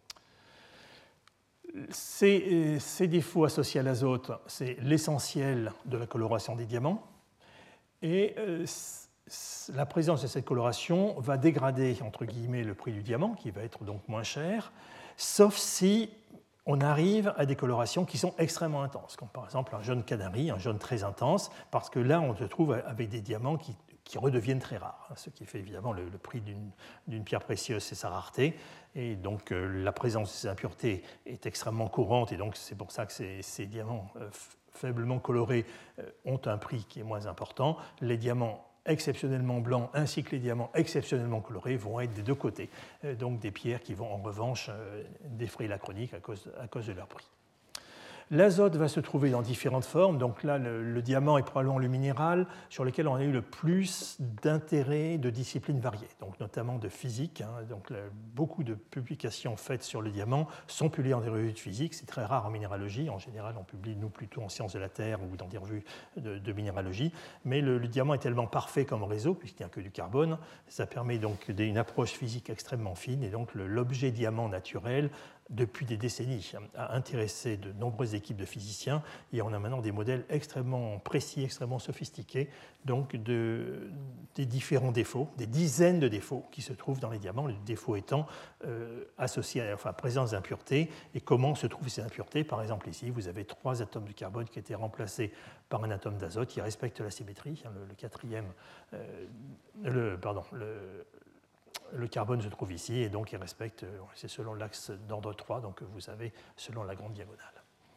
Ces, ces défauts associés à l'azote, c'est l'essentiel de la coloration des diamants. Et euh, la présence de cette coloration va dégrader, entre guillemets, le prix du diamant, qui va être donc moins cher, sauf si on arrive à des colorations qui sont extrêmement intenses, comme par exemple un jaune canari, un jaune très intense, parce que là, on se trouve avec des diamants qui qui redeviennent très rares, ce qui fait évidemment le, le prix d'une pierre précieuse, c'est sa rareté, et donc euh, la présence de ces impuretés est extrêmement courante, et donc c'est pour ça que ces, ces diamants euh, faiblement colorés euh, ont un prix qui est moins important. Les diamants exceptionnellement blancs ainsi que les diamants exceptionnellement colorés vont être des deux côtés, euh, donc des pierres qui vont en revanche euh, défrayer la chronique à cause, à cause de leur prix. L'azote va se trouver dans différentes formes. Donc là, le, le diamant est probablement le minéral sur lequel on a eu le plus d'intérêt de disciplines variées, donc notamment de physique. Hein. Donc là, beaucoup de publications faites sur le diamant sont publiées dans des revues de physique. C'est très rare en minéralogie. En général, on publie, nous, plutôt en sciences de la Terre ou dans des revues de, de minéralogie. Mais le, le diamant est tellement parfait comme réseau, puisqu'il n'y a que du carbone. Ça permet donc une approche physique extrêmement fine. Et donc l'objet diamant naturel, depuis des décennies, a intéressé de nombreuses équipes de physiciens et on a maintenant des modèles extrêmement précis, extrêmement sophistiqués, donc de, des différents défauts, des dizaines de défauts qui se trouvent dans les diamants, les défauts étant euh, associés à la enfin, présence d'impuretés et comment se trouvent ces impuretés. Par exemple ici, vous avez trois atomes de carbone qui étaient remplacés par un atome d'azote qui respecte la symétrie, le, le quatrième, euh, le, pardon, le, Le carbone se trouve ici et donc il respecte, c'est selon l'axe d'ordre trois, donc vous avez selon la grande diagonale.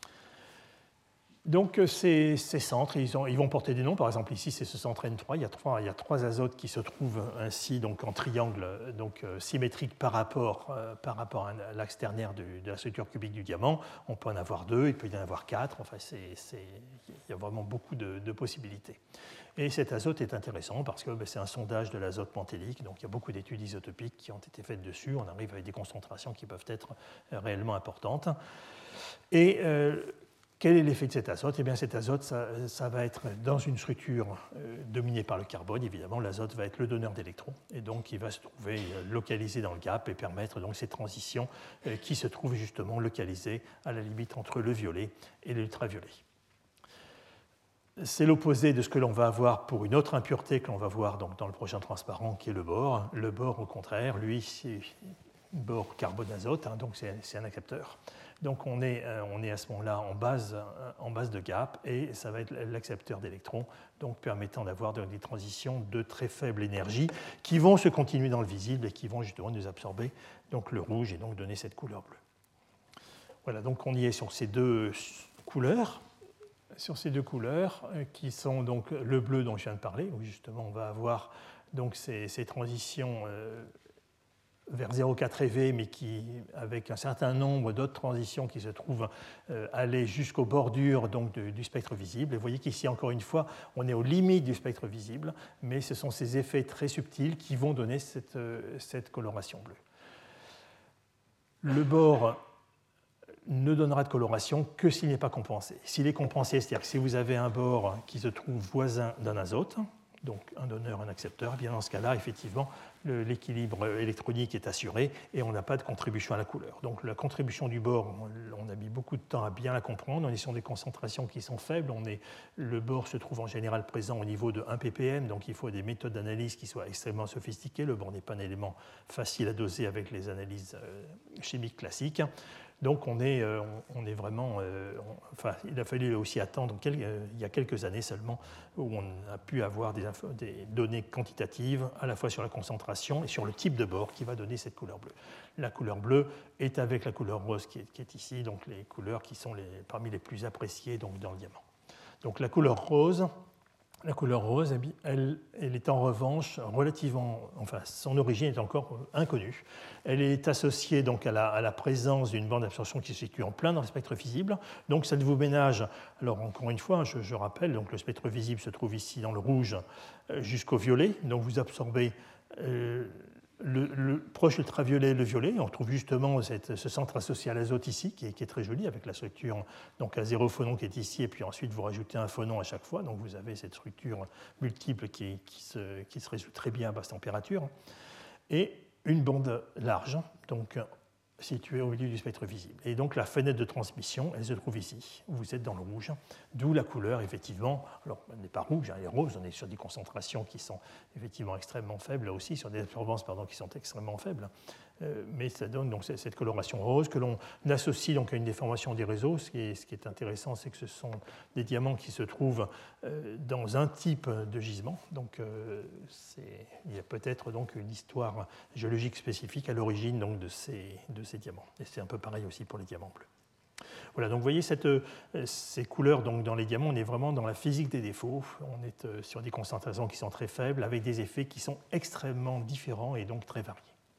Donc ces, ces centres, ils, ont, ils vont porter des noms. Par exemple ici c'est ce centre N trois, il y a trois, il y a trois azotes qui se trouvent ainsi donc en triangle donc, euh, symétrique par rapport, euh, par rapport à l'axe ternaire de, de la structure cubique du diamant. On peut en avoir deux, il peut y en avoir quatre, enfin c'est, c'est, il y a vraiment beaucoup de, de possibilités. Et cet azote est intéressant parce que ben, c'est un sondage de l'azote pentélique, donc il y a beaucoup d'études isotopiques qui ont été faites dessus. On arrive avec des concentrations qui peuvent être réellement importantes. Et euh, Quel est l'effet de cet azote? Eh bien, cet azote, ça, ça va être dans une structure euh, dominée par le carbone. Évidemment, l'azote va être le donneur d'électrons, et donc il va se trouver euh, localisé dans le gap et permettre donc ces transitions euh, qui se trouvent justement localisées à la limite entre le violet et l'ultraviolet. C'est l'opposé de ce que l'on va avoir pour une autre impureté que l'on va voir donc dans le prochain transparent, qui est le bore. Le bore, au contraire, lui, c'est bore carbone-azote, hein, donc c'est, c'est un accepteur. Donc on est, on est à ce moment-là en base, en base de gap, et ça va être l'accepteur d'électrons, donc permettant d'avoir des transitions de très faible énergie qui vont se continuer dans le visible et qui vont justement nous absorber donc le rouge et donc donner cette couleur bleue. Voilà, donc on y est sur ces deux couleurs, sur ces deux couleurs qui sont donc le bleu dont je viens de parler, où justement on va avoir donc ces, ces transitions euh, vers zéro virgule quatre eV, mais qui, avec un certain nombre d'autres transitions qui se trouvent euh, aller jusqu'aux bordures donc, de, du spectre visible. Et vous voyez qu'ici, encore une fois, on est aux limites du spectre visible, mais ce sont ces effets très subtils qui vont donner cette, euh, cette coloration bleue. Le bore ne donnera de coloration que s'il n'est pas compensé. S'il est compensé, c'est-à-dire que si vous avez un bore qui se trouve voisin d'un azote, donc un donneur, un accepteur, eh bien dans ce cas-là, effectivement, le, l'équilibre électronique est assuré et on n'a pas de contribution à la couleur. Donc la contribution du bore, on, on a mis beaucoup de temps à bien la comprendre. On est sur des concentrations qui sont faibles. On est, le bore se trouve en général présent au niveau de un ppm, donc il faut des méthodes d'analyse qui soient extrêmement sophistiquées. Le bore n'est pas un élément facile à doser avec les analyses euh, chimiques classiques. Donc on est, euh, on est vraiment, euh, on, enfin, il a fallu aussi attendre quel, euh, il y a quelques années seulement où on a pu avoir des, infos, des données quantitatives à la fois sur la concentration et sur le type de bore qui va donner cette couleur bleue. La couleur bleue est avec la couleur rose qui est, qui est ici, donc les couleurs qui sont les, parmi les plus appréciées donc, dans le diamant. Donc la couleur rose, la couleur rose, elle, elle est en revanche relativement, enfin son origine est encore inconnue. Elle est associée donc à la, à la présence d'une bande d'absorption qui se situe en plein dans le spectre visible. Donc ça vous ménage, alors encore une fois, je, je rappelle, donc le spectre visible se trouve ici dans le rouge jusqu'au violet. Donc vous absorbez euh, le, le proche ultraviolet, le violet. On retrouve justement cette, ce centre associé à l'azote ici, qui est, qui est très joli, avec la structure donc à zéro phonon qui est ici, et puis ensuite vous rajoutez un phonon à chaque fois. Donc vous avez cette structure multiple qui, qui, se, qui se résout très bien à basse température. Et une bande large, donc située au milieu du spectre visible. Et donc la fenêtre de transmission, elle se trouve ici, où vous êtes dans le rouge, d'où la couleur, effectivement, alors elle n'est pas rouge, elle est rose, on est sur des concentrations qui sont effectivement extrêmement faibles, là aussi, sur des absorbances pardon, qui sont extrêmement faibles, euh, mais ça donne donc cette coloration rose que l'on associe donc à une déformation des réseaux. Ce qui est, ce qui est intéressant, c'est que ce sont des diamants qui se trouvent euh, dans un type de gisement, donc euh, c'est, il y a peut-être donc une histoire géologique spécifique à l'origine donc, de, ces, de ces diamants. Et c'est un peu pareil aussi pour les diamants bleus. Voilà, donc vous voyez cette, ces couleurs donc, dans les diamants, on est vraiment dans la physique des défauts. On est sur des concentrations qui sont très faibles, avec des effets qui sont extrêmement différents et donc très variés.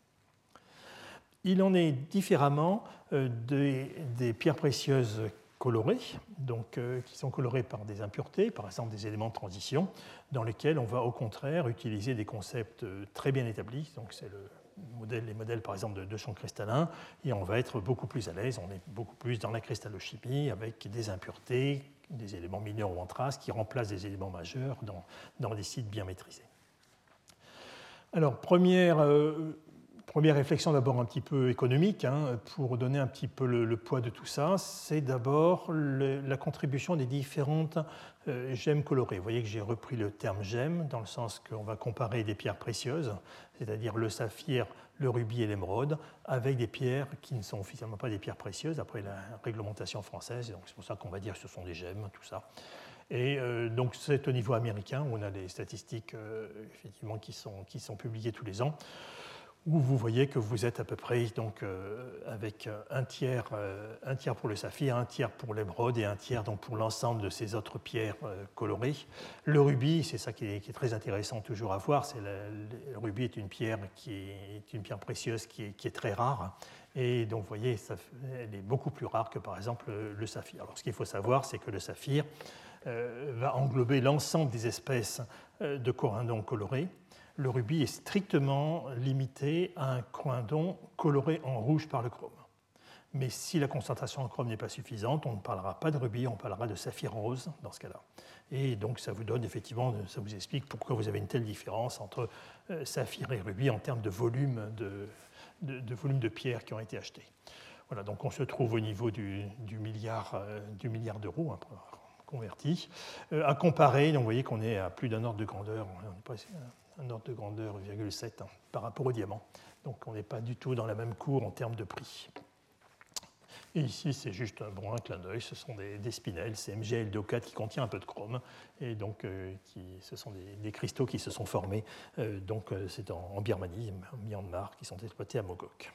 Il en est différemment euh, des, des pierres précieuses colorées, donc, euh, qui sont colorées par des impuretés, par exemple des éléments de transition, dans lesquels on va au contraire utiliser des concepts très bien établis. Donc c'est le modèle, les modèles par exemple de, de champs cristallins, et on va être beaucoup plus à l'aise, on est beaucoup plus dans la cristallochimie avec des impuretés, des éléments mineurs ou en traces qui remplacent des éléments majeurs dans, dans des sites bien maîtrisés. Alors, première... Euh, Première réflexion d'abord un petit peu économique, hein, pour donner un petit peu le, le poids de tout ça, c'est d'abord le, la contribution des différentes euh, gemmes colorées. Vous voyez que j'ai repris le terme gemme dans le sens qu'on va comparer des pierres précieuses, c'est-à-dire le saphir, le rubis et l'émeraude, avec des pierres qui ne sont officiellement pas des pierres précieuses, après la réglementation française, et donc c'est pour ça qu'on va dire que ce sont des gemmes, tout ça. Et euh, donc c'est au niveau américain où on a des statistiques euh, effectivement qui sont, qui sont publiées tous les ans, où vous voyez que vous êtes à peu près donc, euh, avec un tiers, euh, un tiers pour le saphir, un tiers pour l'émeraude et un tiers donc, pour l'ensemble de ces autres pierres euh, colorées. Le rubis, c'est ça qui est, qui est très intéressant toujours à voir, c'est la, le rubis est une pierre, qui est, une pierre précieuse qui est, qui est très rare. Et donc vous voyez, ça, elle est beaucoup plus rare que par exemple le, le saphir. Alors ce qu'il faut savoir, c'est que le saphir euh, va englober l'ensemble des espèces euh, de corindons colorés. Le rubis est strictement limité à un corindon coloré en rouge par le chrome. Mais si la concentration en chrome n'est pas suffisante, on ne parlera pas de rubis, on parlera de saphir rose dans ce cas-là. Et donc ça vous donne effectivement, ça vous explique pourquoi vous avez une telle différence entre euh, saphir et rubis en termes de volume de, de, de, volume de pierres qui ont été achetées. Voilà, donc on se trouve au niveau du, du milliard, euh, du milliard d'euros hein, converti. Euh, à comparer, donc vous voyez qu'on est à plus d'un ordre de grandeur, un ordre de grandeur virgule sept hein, par rapport au diamant. Donc on n'est pas du tout dans la même cour en termes de prix. Et ici, c'est juste un, bon, un clin d'œil, ce sont des, des spinels, c'est M G L D O quatre qui contient un peu de chrome, et donc euh, qui, ce sont des, des cristaux qui se sont formés, euh, donc euh, c'est en, en Birmanie, en Myanmar, qui sont exploités à Mogok.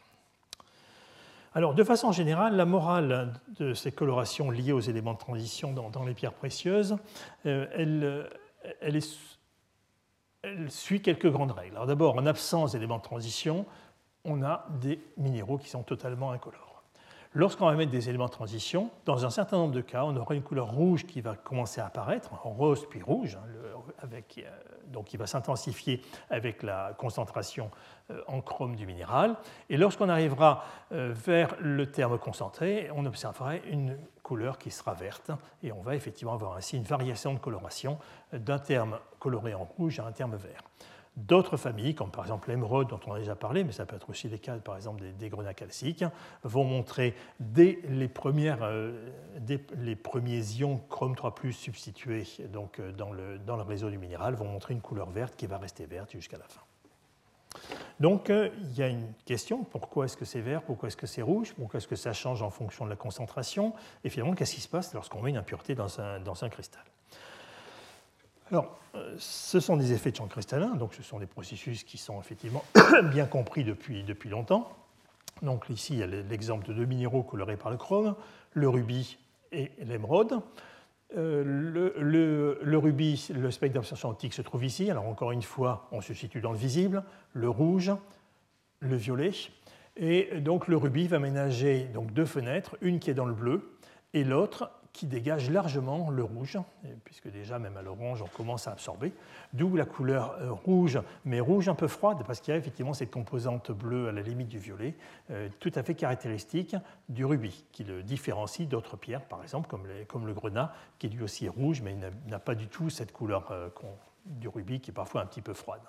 Alors, de façon générale, la morale de ces colorations liées aux éléments de transition dans, dans les pierres précieuses, euh, elle, elle, est, elle suit quelques grandes règles. Alors d'abord, en absence d'éléments de transition, on a des minéraux qui sont totalement incolores. Lorsqu'on va mettre des éléments de transition, dans un certain nombre de cas, on aura une couleur rouge qui va commencer à apparaître, en rose puis rouge, hein, le, avec, euh, donc qui va s'intensifier avec la concentration euh, en chrome du minéral. Et lorsqu'on arrivera euh, vers le terme concentré, on observera une couleur qui sera verte, et on va effectivement avoir ainsi une variation de coloration d'un terme coloré en rouge à un terme vert. D'autres familles, comme par exemple l'émeraude dont on a déjà parlé, mais ça peut être aussi le cas par exemple des, des grenats calciques, vont montrer dès les, premières, euh, dès les premiers ions chrome trois plus substitués donc, euh, dans, le, dans le réseau du minéral, vont montrer une couleur verte qui va rester verte jusqu'à la fin. Donc euh, il y a une question, pourquoi est-ce que c'est vert, pourquoi est-ce que c'est rouge, pourquoi est-ce que ça change en fonction de la concentration, et finalement qu'est-ce qui se passe lorsqu'on met une impureté dans un, dans un cristal. Alors, ce sont des effets de champ cristallin, donc ce sont des processus qui sont effectivement bien compris depuis, depuis longtemps. Donc ici, il y a l'exemple de deux minéraux colorés par le chrome, le rubis et l'émeraude. Euh, le, le, le rubis, le spectre d'absorption optique se trouve ici. Alors encore une fois, on se situe dans le visible, le rouge, le violet. Et donc le rubis va ménager donc, deux fenêtres, une qui est dans le bleu et l'autre qui dégage largement le rouge, puisque déjà même à l'orange on commence à absorber, d'où la couleur rouge, mais rouge un peu froide, parce qu'il y a effectivement cette composante bleue à la limite du violet, euh, tout à fait caractéristique du rubis, qui le différencie d'autres pierres, par exemple comme, les, comme le grenat, qui lui aussi est rouge, mais il n'a pas du tout cette couleur euh, du rubis, qui est parfois un petit peu froide.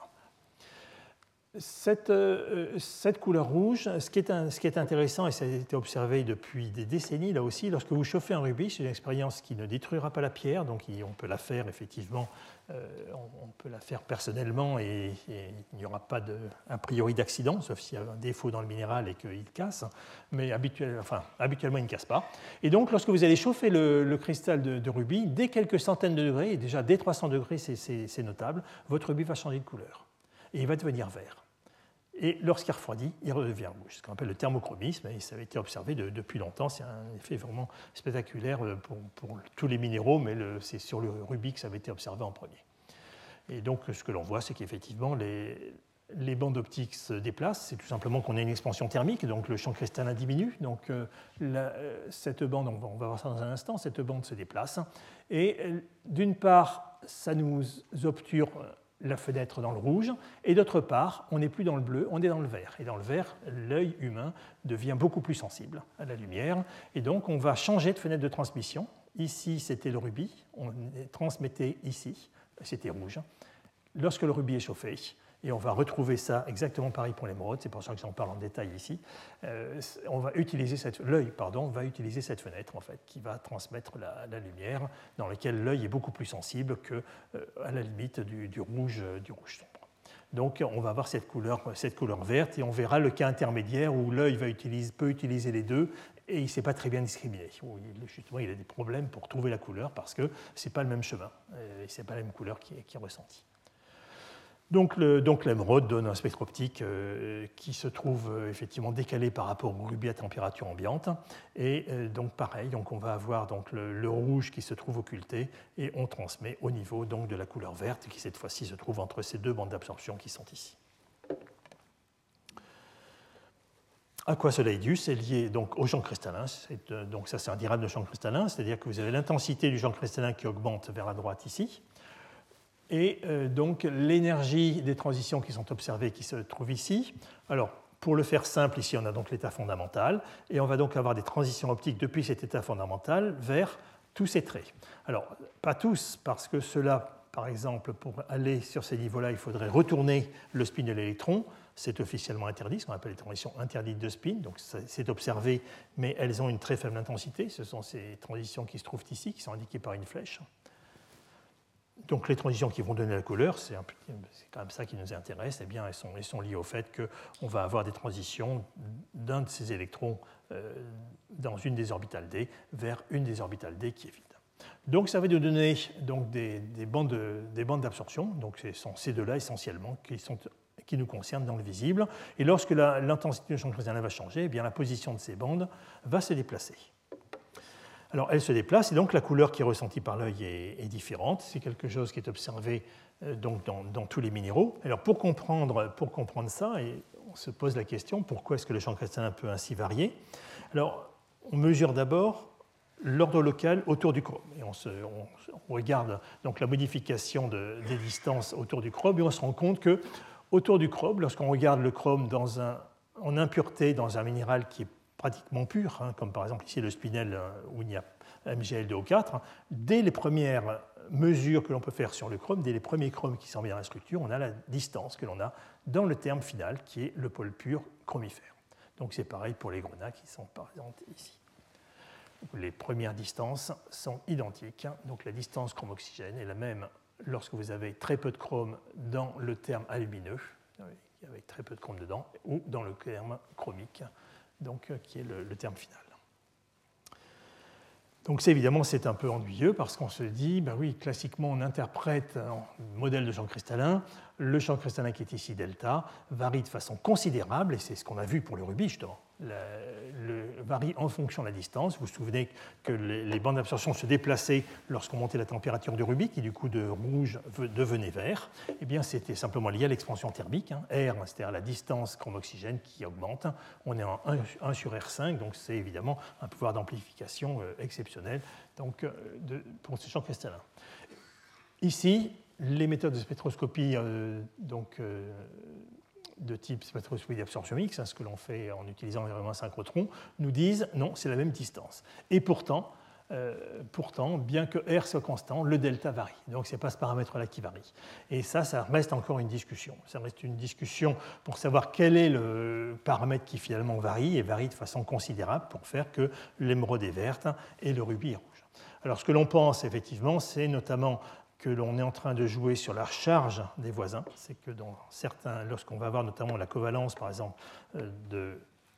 Cette, euh, cette couleur rouge, ce qui, est un, ce qui est intéressant, et ça a été observé depuis des décennies, là aussi, lorsque vous chauffez un rubis, c'est une expérience qui ne détruira pas la pierre, donc on peut la faire effectivement, euh, on, on peut la faire personnellement et, et il n'y aura pas de, a priori d'accident, sauf s'il y a un défaut dans le minéral et qu'il casse, mais habituel, enfin, habituellement il ne casse pas. Et donc lorsque vous allez chauffer le, le cristal de, de rubis, dès quelques centaines de degrés, et déjà dès trois cents degrés c'est notable, votre rubis va changer de couleur. Et il va devenir vert. Et lorsqu'il refroidit, il redevient rouge, ce qu'on appelle le thermochromisme, et ça a été observé de, depuis longtemps. C'est un effet vraiment spectaculaire pour, pour tous les minéraux, mais c'est sur le rubis que ça avait été observé en premier. Et donc, ce que l'on voit, c'est qu'effectivement, les, les bandes optiques se déplacent. C'est tout simplement qu'on a une expansion thermique, donc le champ cristallin diminue. Donc, euh, la, cette bande, on va, on va voir ça dans un instant, cette bande se déplace. Et d'une part, ça nous obture la fenêtre dans le rouge, et d'autre part, on n'est plus dans le bleu, on est dans le vert. Et dans le vert, l'œil humain devient beaucoup plus sensible à la lumière, et donc on va changer de fenêtre de transmission. Ici, c'était le rubis, on transmettait ici, c'était rouge. Lorsque le rubis est chauffé, et on va retrouver ça exactement pareil pour l'émeraude, c'est pour ça que j'en parle en détail ici, euh, on va utiliser cette, l'œil pardon, va utiliser cette fenêtre en fait, qui va transmettre la, la lumière, dans laquelle l'œil est beaucoup plus sensible qu'à euh, la limite du, du, rouge, du rouge sombre. Donc on va avoir cette couleur, cette couleur verte, et on verra le cas intermédiaire où l'œil va utiliser, peut utiliser les deux, et il ne sait pas très bien discriminer. Il, justement, il a des problèmes pour trouver la couleur, parce que ce n'est pas le même chemin, et ce n'est pas la même couleur qui est, qui est ressentie. Donc, le, donc l'émeraude donne un spectre optique euh, qui se trouve euh, effectivement décalé par rapport au rubis à température ambiante. Et euh, donc pareil, donc on va avoir donc le, le rouge qui se trouve occulté et on transmet au niveau donc de la couleur verte qui cette fois-ci se trouve entre ces deux bandes d'absorption qui sont ici. À quoi cela est dû? C'est lié donc au champ cristallin. Euh, donc ça c'est un diagramme de champ cristallin, c'est-à-dire que vous avez l'intensité du champ cristallin qui augmente vers la droite ici. Et euh, donc l'énergie des transitions qui sont observées, qui se trouvent ici. Alors, Pour le faire simple, ici, on a donc l'état fondamental, et on va donc avoir des transitions optiques depuis cet état fondamental vers tous ces traits. Alors, pas tous, parce que cela, par exemple, pour aller sur ces niveaux-là, il faudrait retourner le spin de l'électron. C'est officiellement interdit, ce qu'on appelle les transitions interdites de spin, donc c'est observé, mais elles ont une très faible intensité. Ce sont ces transitions qui se trouvent ici, qui sont indiquées par une flèche. Donc les transitions qui vont donner la couleur, c'est quand même ça qui nous intéresse, eh bien, elles, sont, elles sont liées au fait qu'on va avoir des transitions d'un de ces électrons euh, dans une des orbitales d vers une des orbitales d qui est vide. Donc ça va nous donner donc, des, des bandes d'absorption, donc ce sont ces deux-là essentiellement qui, sont, qui nous concernent dans le visible. Et lorsque l'intensité du champ cristallin va changer, eh bien, la position de ces bandes va se déplacer. Alors, elle se déplace et donc la couleur qui est ressentie par l'œil est, est différente. C'est quelque chose qui est observé euh, donc, dans, dans tous les minéraux. Alors, pour comprendre, pour comprendre ça, et on se pose la question, pourquoi est-ce que le champ cristallin peut ainsi varier? Alors, on mesure d'abord l'ordre local autour du chrome. Et on, se, on, on regarde donc la modification de, des distances autour du chrome et on se rend compte que autour du chrome, lorsqu'on regarde le chrome dans un, en impureté dans un minéral qui est pratiquement pur, hein, comme par exemple ici le spinel où il y a M G L deux O quatre, hein, dès les premières mesures que l'on peut faire sur le chrome, dès les premiers chromes qui sont mis dans la structure, on a la distance que l'on a dans le terme final qui est le pôle pur chromifère. Donc c'est pareil pour les grenats qui sont présentes ici. Les premières distances sont identiques, hein, donc la distance chrome-oxygène est la même lorsque vous avez très peu de chrome dans le terme alumineux, avec très peu de chrome dedans, ou dans le terme chromique, donc, qui est le, le terme final. Donc c'est, évidemment, c'est un peu ennuyeux parce qu'on se dit, ben oui, classiquement on interprète un modèle de champ cristallin, le champ cristallin qui est ici delta varie de façon considérable, et c'est ce qu'on a vu pour le rubis justement, le, le, varie en fonction de la distance. Vous vous souvenez que les, les bandes d'absorption se déplaçaient lorsqu'on montait la température du rubis, qui du coup de rouge devenait vert. Eh bien c'était simplement lié à l'expansion thermique, hein. R, c'est-à-dire la distance chrome-oxygène qui augmente. On est en un sur R cinq, donc c'est évidemment un pouvoir d'amplification euh, exceptionnel donc, euh, de, pour ce champ cristallin. Ici, les méthodes de spectroscopie euh, donc, euh, de type spectroscopie d'absorption X, hein, ce que l'on fait en utilisant les synchrotron, nous disent non, c'est la même distance. Et pourtant, euh, pourtant, bien que R soit constant, le delta varie. Donc ce n'est pas ce paramètre-là qui varie. Et ça, ça reste encore une discussion. Ça reste une discussion pour savoir quel est le paramètre qui finalement varie, et varie de façon considérable pour faire que l'émeraude est verte et le rubis est rouge. Alors ce que l'on pense effectivement, c'est notamment que l'on est en train de jouer sur la charge des voisins. C'est que dans certains, lorsqu'on va avoir notamment la covalence, par exemple, de...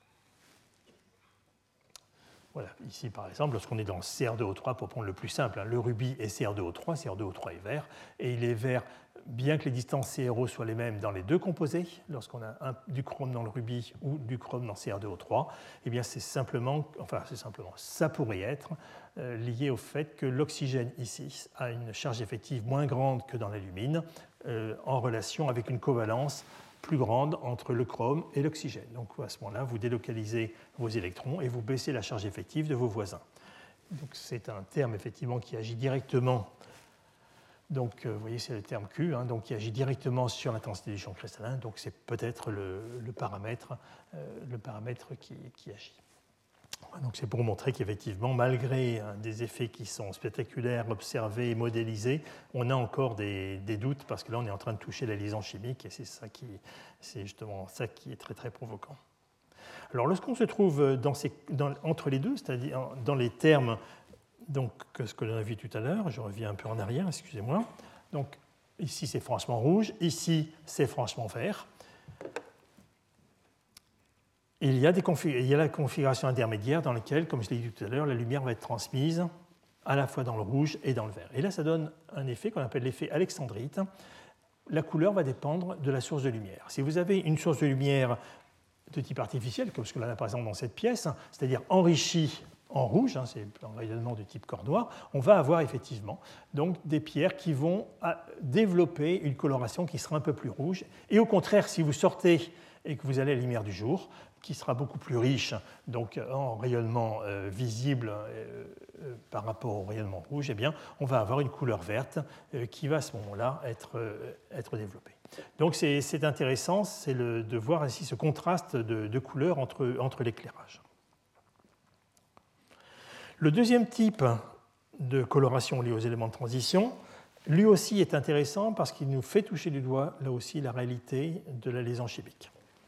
Voilà, ici par exemple, lorsqu'on est dans C R deux O trois, pour prendre le plus simple, hein, le rubis est C R deux O trois, C R deux O trois est vert, et il est vert bien que les distances C R O soient les mêmes dans les deux composés, lorsqu'on a un, du chrome dans le rubis ou du chrome dans C R deux O trois, eh bien c'est simplement, enfin c'est simplement, ça pourrait être euh, lié au fait que l'oxygène ici a une charge effective moins grande que dans l'alumine, euh, en relation avec une covalence plus grande entre le chrome et l'oxygène. Donc à ce moment-là, vous délocalisez vos électrons et vous baissez la charge effective de vos voisins. Donc c'est un terme effectivement qui agit directement. Donc, vous voyez, c'est le terme Q, hein, donc qui agit directement sur l'intensité du champ cristallin. Donc, c'est peut-être le, le paramètre, euh, le paramètre qui, qui agit. Donc, c'est pour montrer qu'effectivement, malgré hein, des effets qui sont spectaculaires, observés et modélisés, on a encore des, des doutes parce que là, on est en train de toucher la liaison chimique et c'est ça qui, c'est justement ça qui est très très provoquant. Alors, lorsqu'on se trouve dans ces, dans, entre les deux, c'est-à-dire dans les termes donc, ce que l'on a vu tout à l'heure, je reviens un peu en arrière, excusez-moi. Donc, ici, c'est franchement rouge, ici, c'est franchement vert. Il y a, des config... Il y a la configuration intermédiaire dans laquelle, comme je l'ai dit tout à l'heure, la lumière va être transmise à la fois dans le rouge et dans le vert. Et là, ça donne un effet qu'on appelle l'effet alexandrite. La couleur va dépendre de la source de lumière. Si vous avez une source de lumière de type artificiel, comme ce que l'on a par exemple dans cette pièce, c'est-à-dire enrichie en rouge, hein, c'est un rayonnement de type corps noir, on va avoir effectivement donc, des pierres qui vont développer une coloration qui sera un peu plus rouge. Et au contraire, si vous sortez et que vous allez à la lumière du jour, qui sera beaucoup plus riche donc, en rayonnement euh, visible euh, euh, par rapport au rayonnement rouge, eh bien, on va avoir une couleur verte euh, qui va à ce moment-là être, euh, être développée. Donc c'est, c'est intéressant, c'est le, de voir ici ce contraste de, de couleurs entre, entre l'éclairage. Le deuxième type de coloration liée aux éléments de transition, lui aussi est intéressant parce qu'il nous fait toucher du doigt, là aussi, la réalité de la liaison chimique.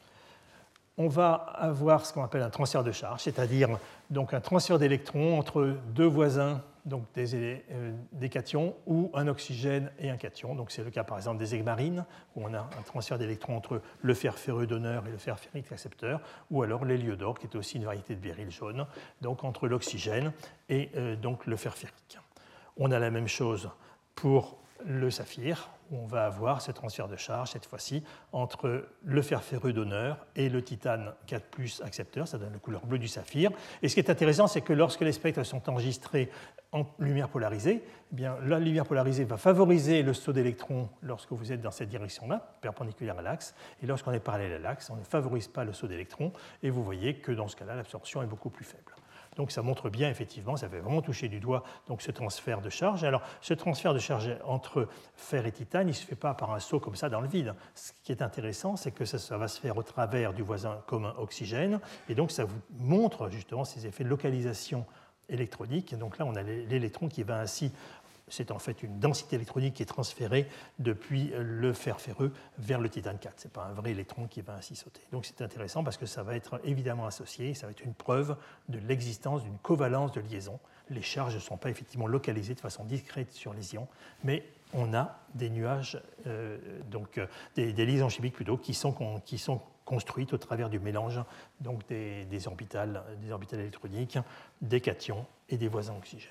On va avoir ce qu'on appelle un transfert de charge, c'est-à-dire donc un transfert d'électrons entre deux voisins, donc des, euh, des cations, ou un oxygène et un cation. Donc c'est le cas par exemple des aigues marines, où on a un transfert d'électrons entre le fer ferreux donneur et le fer ferrique accepteur, ou alors l'héliodore, qui est aussi une variété de béryl jaune, donc entre l'oxygène et euh, donc le fer ferrique. On a la même chose pour le saphir, où on va avoir ce transfert de charge, cette fois-ci, entre le fer ferreux donneur et le titane quatre plus accepteur, ça donne la couleur bleue du saphir. Et ce qui est intéressant, c'est que lorsque les spectres sont enregistrés en lumière polarisée, eh bien, la lumière polarisée va favoriser le saut d'électrons lorsque vous êtes dans cette direction-là, perpendiculaire à l'axe, et lorsqu'on est parallèle à l'axe, on ne favorise pas le saut d'électrons, et vous voyez que dans ce cas-là, l'absorption est beaucoup plus faible. Donc ça montre bien, effectivement, ça fait vraiment toucher du doigt donc, ce transfert de charge. Alors, ce transfert de charge entre fer et titane, il ne se fait pas par un saut comme ça dans le vide. Ce qui est intéressant, c'est que ça, ça va se faire au travers du voisin commun oxygène, et donc ça vous montre justement ces effets de localisation électronique. Et donc là, on a l'électron qui va ainsi... C'est en fait une densité électronique qui est transférée depuis le fer ferreux vers le titane quatre. Ce n'est pas un vrai électron qui va ainsi sauter. Donc c'est intéressant parce que ça va être évidemment associé, ça va être une preuve de l'existence d'une covalence de liaison. Les charges ne sont pas effectivement localisées de façon discrète sur les ions, mais on a des nuages, euh, donc des, des liaisons chimiques plutôt, qui sont, qui sont construites au travers du mélange donc des, des, orbitales, des orbitales électroniques, des cations et des voisins oxygènes.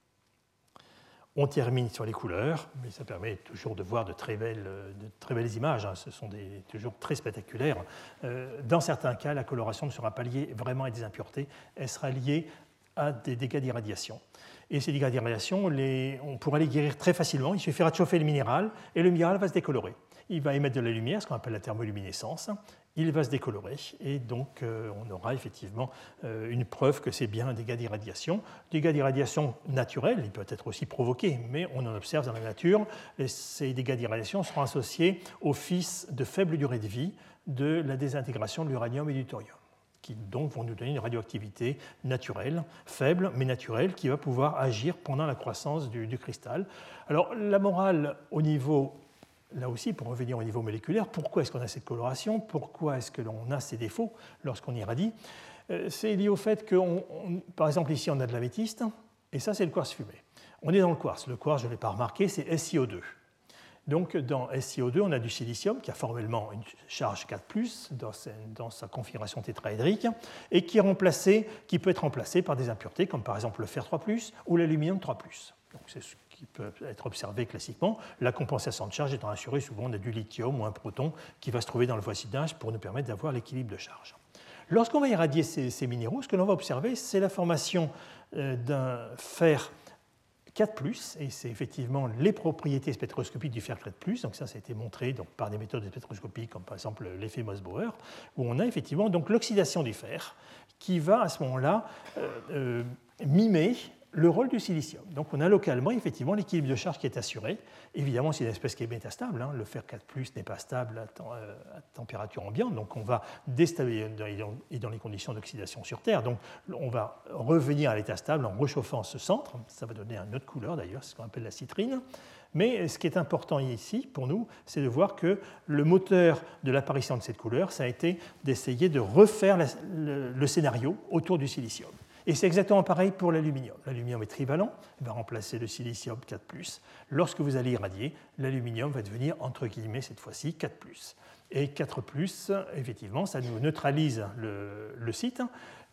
On termine sur les couleurs, mais ça permet toujours de voir de très belles, de très belles images. Hein. Ce sont des, toujours très spectaculaires. Euh, dans certains cas, la coloration ne sera pas liée vraiment à des impuretés, elle sera liée à des dégâts d'irradiation. Et ces dégâts d'irradiation, les, on pourra les guérir très facilement. Il suffira de chauffer le minéral et le minéral va se décolorer. Il va émettre de la lumière, ce qu'on appelle la thermoluminescence. Il va se décolorer et donc euh, on aura effectivement euh, une preuve que c'est bien un dégât d'irradiation. Dégâts d'irradiation naturels, il peut être aussi provoqué, mais on en observe dans la nature. Et ces dégâts d'irradiation seront associés au fils de faible durée de vie de la désintégration de l'uranium et du thorium, qui donc vont nous donner une radioactivité naturelle, faible mais naturelle, qui va pouvoir agir pendant la croissance du, du cristal. Alors la morale au niveau... Là aussi, pour revenir au niveau moléculaire, pourquoi est-ce qu'on a cette coloration? Pourquoi est-ce que l'on a ces défauts lorsqu'on irradie? C'est lié au fait que, on, on, par exemple, ici, on a de l'améthyste, et ça, c'est le quartz fumé. On est dans le quartz. Le quartz, je ne l'ai pas remarqué, c'est S i O deux. Donc, dans S i O deux, on a du silicium qui a formellement une charge quatre plus dans, dans sa configuration tétraédrique et qui, est remplacé, qui peut être remplacé par des impuretés, comme par exemple le fer trois plus ou l'aluminium trois plus. Donc, c'est ce qui peut être observé classiquement. La compensation de charge étant assurée, souvent on a du lithium ou un proton qui va se trouver dans le voisinage pour nous permettre d'avoir l'équilibre de charge. Lorsqu'on va irradier ces, ces minéraux, ce que l'on va observer, c'est la formation euh, d'un fer quatre plus, et c'est effectivement les propriétés spectroscopiques du fer quatre plus, donc ça, ça a été montré donc, par des méthodes spectroscopiques comme par exemple l'effet Mossbauer, où on a effectivement donc, l'oxydation du fer qui va à ce moment-là euh, euh, mimer le rôle du silicium. Donc on a localement effectivement l'équilibre de charge qui est assuré. Évidemment, c'est une espèce qui est métastable. Hein. Le fer quatre plus n'est pas stable à, temps, euh, à température ambiante, donc on va déstabiliser dans, dans les conditions d'oxydation sur Terre. Donc on va revenir à l'état stable en réchauffant ce centre. Ça va donner une autre couleur d'ailleurs, c'est ce qu'on appelle la citrine. Mais ce qui est important ici pour nous, c'est de voir que le moteur de l'apparition de cette couleur, ça a été d'essayer de refaire la, le, le scénario autour du silicium. Et c'est exactement pareil pour l'aluminium. L'aluminium est trivalent, il va remplacer le silicium quatre plus. Lorsque vous allez irradier, l'aluminium va devenir, entre guillemets, cette fois-ci, quatre plus. Et quatre plus, effectivement, ça nous neutralise le, le site.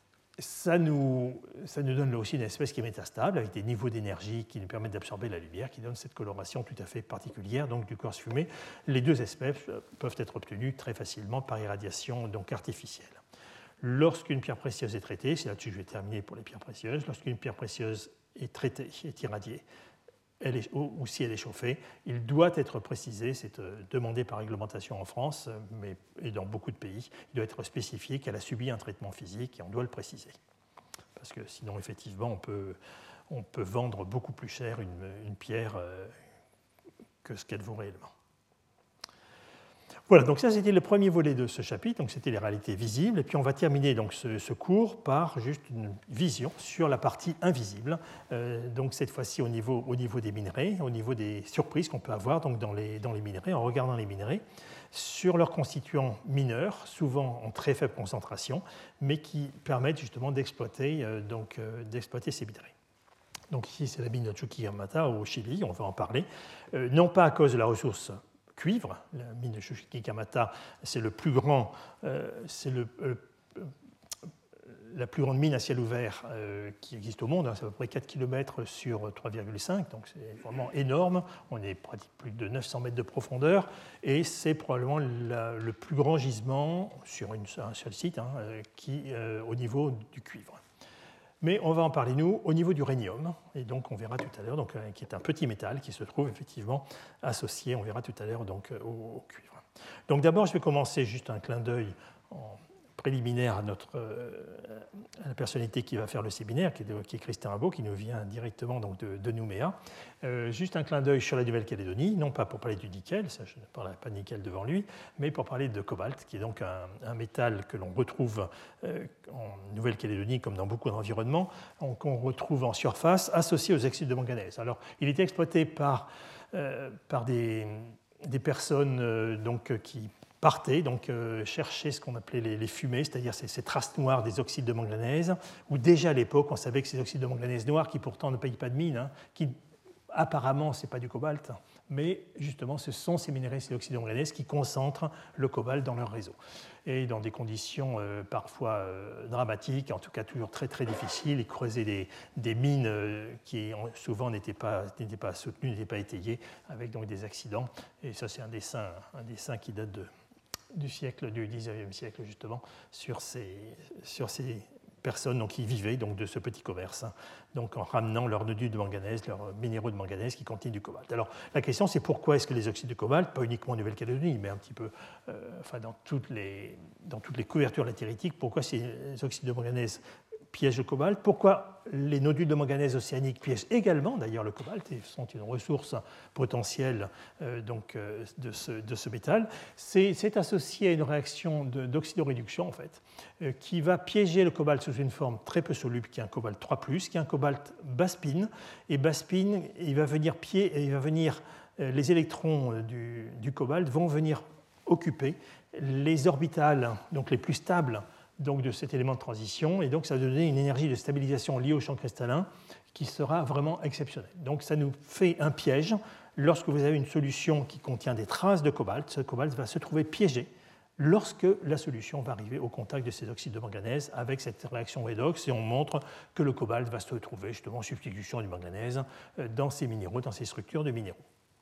Ça nous, ça nous donne là aussi une espèce qui est métastable, avec des niveaux d'énergie qui nous permettent d'absorber la lumière, qui donne cette coloration tout à fait particulière donc, du quartz fumé. Les deux espèces peuvent être obtenues très facilement par irradiation donc, artificielle. Lorsqu'une pierre précieuse est traitée, c'est là-dessus que je vais terminer pour les pierres précieuses, lorsqu'une pierre précieuse est traitée, est irradiée, elle est, ou, ou si elle est chauffée. Il doit être précisé, c'est euh, demandé par réglementation en France, mais et dans beaucoup de pays, il doit être spécifié qu'elle a subi un traitement physique et on doit le préciser. Parce que sinon, effectivement, on peut, on peut vendre beaucoup plus cher une, une pierre euh, que ce qu'elle vaut réellement. Voilà, donc ça c'était le premier volet de ce chapitre, donc c'était les réalités visibles, et puis on va terminer donc ce, ce cours par juste une vision sur la partie invisible, euh, donc cette fois-ci au niveau, au niveau des minerais, au niveau des surprises qu'on peut avoir donc dans, les, dans les minerais, en regardant les minerais, sur leurs constituants mineurs, souvent en très faible concentration, mais qui permettent justement d'exploiter, euh, donc, euh, d'exploiter ces minerais. Donc ici c'est la mine de Chuquicamata au Chili, on va en parler, euh, non pas à cause de la ressource cuivre. La mine de Chuquicamata, c'est le plus grand, euh, c'est le, euh, la plus grande mine à ciel ouvert euh, qui existe au monde. Hein, c'est à peu près quatre kilomètres sur trois virgule cinq, donc c'est vraiment énorme. On est pratiquement plus de neuf cents mètres de profondeur et c'est probablement la, le plus grand gisement sur une, un seul site hein, qui, euh, au niveau du cuivre. Mais on va en parler, nous, au niveau du rhénium, et donc on verra tout à l'heure, donc, euh, qui est un petit métal qui se trouve effectivement associé, on verra tout à l'heure, donc, au, au cuivre. Donc d'abord, je vais commencer juste un clin d'œil en préliminaire à, notre, euh, à la personnalité qui va faire le séminaire, qui est, de, qui est Christian Rabot, qui nous vient directement donc, de, de Nouméa. Euh, juste un clin d'œil sur la Nouvelle-Calédonie, non pas pour parler du nickel, ça, je ne parlerai pas de nickel devant lui, mais pour parler de cobalt, qui est donc un, un métal que l'on retrouve euh, en Nouvelle-Calédonie, comme dans beaucoup d'environnements, qu'on retrouve en surface, associé aux oxydes de manganèse. Alors, il est exploité par, euh, par des, des personnes euh, donc, qui partaient donc, euh, chercher ce qu'on appelait les, les fumées, c'est-à-dire ces, ces traces noires des oxydes de manganèse, où déjà à l'époque, on savait que ces oxydes de manganèse noirs, qui pourtant ne payent pas de mine, hein, qui apparemment, ce n'est pas du cobalt, mais justement, ce sont ces minéraux, ces oxydes de manganèse, qui concentrent le cobalt dans leur réseau. Et dans des conditions euh, parfois euh, dramatiques, en tout cas toujours très très difficiles, ils creusaient des, des mines euh, qui souvent n'étaient pas, n'étaient pas soutenues, n'étaient pas étayées, avec donc des accidents. Et ça, c'est un dessin, un dessin qui date de, du siècle, du dix-neuvième siècle, justement, sur ces, sur ces personnes donc, qui vivaient donc, de ce petit commerce, hein, donc en ramenant leurs nodules de manganèse, leurs minéraux de manganèse qui contiennent du cobalt. Alors la question c'est pourquoi est-ce que les oxydes de cobalt, pas uniquement en Nouvelle-Calédonie, mais un petit peu euh, enfin, dans, toutes les, dans toutes les couvertures latéritiques, pourquoi ces oxydes de manganèse piègent le cobalt, pourquoi les nodules de manganèse océaniques piègent également d'ailleurs le cobalt et sont une ressource potentielle euh, donc, euh, de, ce, de ce métal. C'est, c'est associé à une réaction de, d'oxydoréduction en fait, euh, qui va piéger le cobalt sous une forme très peu soluble, qui est un cobalt trois plus, qui est un cobalt basse spin. Et basse spin, il va venir pied, il va venir, euh, les électrons du, du cobalt vont venir occuper les orbitales, donc les plus stables, donc de cet élément de transition, et donc ça va donner une énergie de stabilisation liée au champ cristallin qui sera vraiment exceptionnelle. Donc ça nous fait un piège. Lorsque vous avez une solution qui contient des traces de cobalt, ce cobalt va se trouver piégé lorsque la solution va arriver au contact de ces oxydes de manganèse avec cette réaction redox, et on montre que le cobalt va se retrouver justement en substitution du manganèse dans ces minéraux, dans ces structures de minéraux.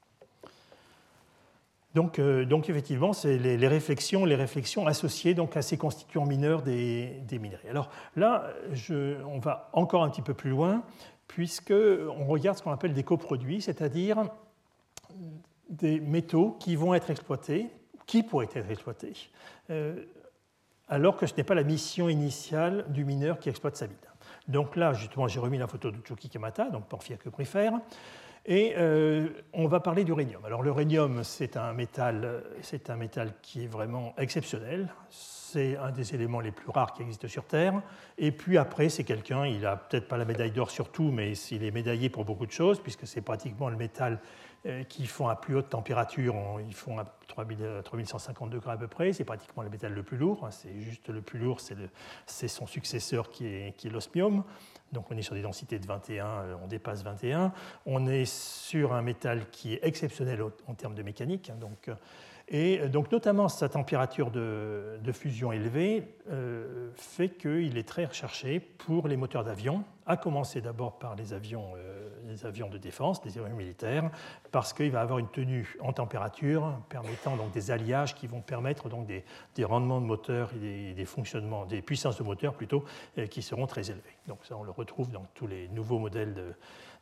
Donc, euh, donc effectivement, c'est les, les, réflexions, les réflexions associées donc, à ces constituants mineurs des, des minerais. Alors là, je, on va encore un petit peu plus loin, puisqu'on regarde ce qu'on appelle des coproduits, c'est-à-dire des métaux qui vont être exploités, qui pourraient être exploités, euh, alors que ce n'est pas la mission initiale du mineur qui exploite sa mine. Donc là, justement, j'ai remis la photo de Chuquicamata, donc porphyre cuprifère. Et euh, on va parler du rhénium. Alors le rhénium, c'est un métal, c'est un métal qui est vraiment exceptionnel. C'est un des éléments les plus rares qui existent sur Terre. Et puis après, c'est quelqu'un, il n'a peut-être pas la médaille d'or sur tout, mais il est médaillé pour beaucoup de choses, puisque c'est pratiquement le métal qui font à plus haute température, ils font à trois mille cent cinquante degrés à peu près, c'est pratiquement le métal le plus lourd, c'est juste le plus lourd, c'est, le, c'est son successeur qui est, qui est l'osmium. Donc on est sur des densités de vingt et un, on dépasse vingt et un. On est sur un métal qui est exceptionnel en termes de mécanique. Donc, et donc notamment sa température de, de fusion élevée euh, fait qu'il est très recherché pour les moteurs d'avion, à commencer d'abord par les avions, euh, les avions de défense, les avions militaires, parce qu'il va avoir une tenue en température permettant donc des alliages qui vont permettre donc des, des rendements de moteur et des, des fonctionnements, des puissances de moteur plutôt, euh, qui seront très élevés. Donc ça, on le retrouve dans tous les nouveaux modèles de,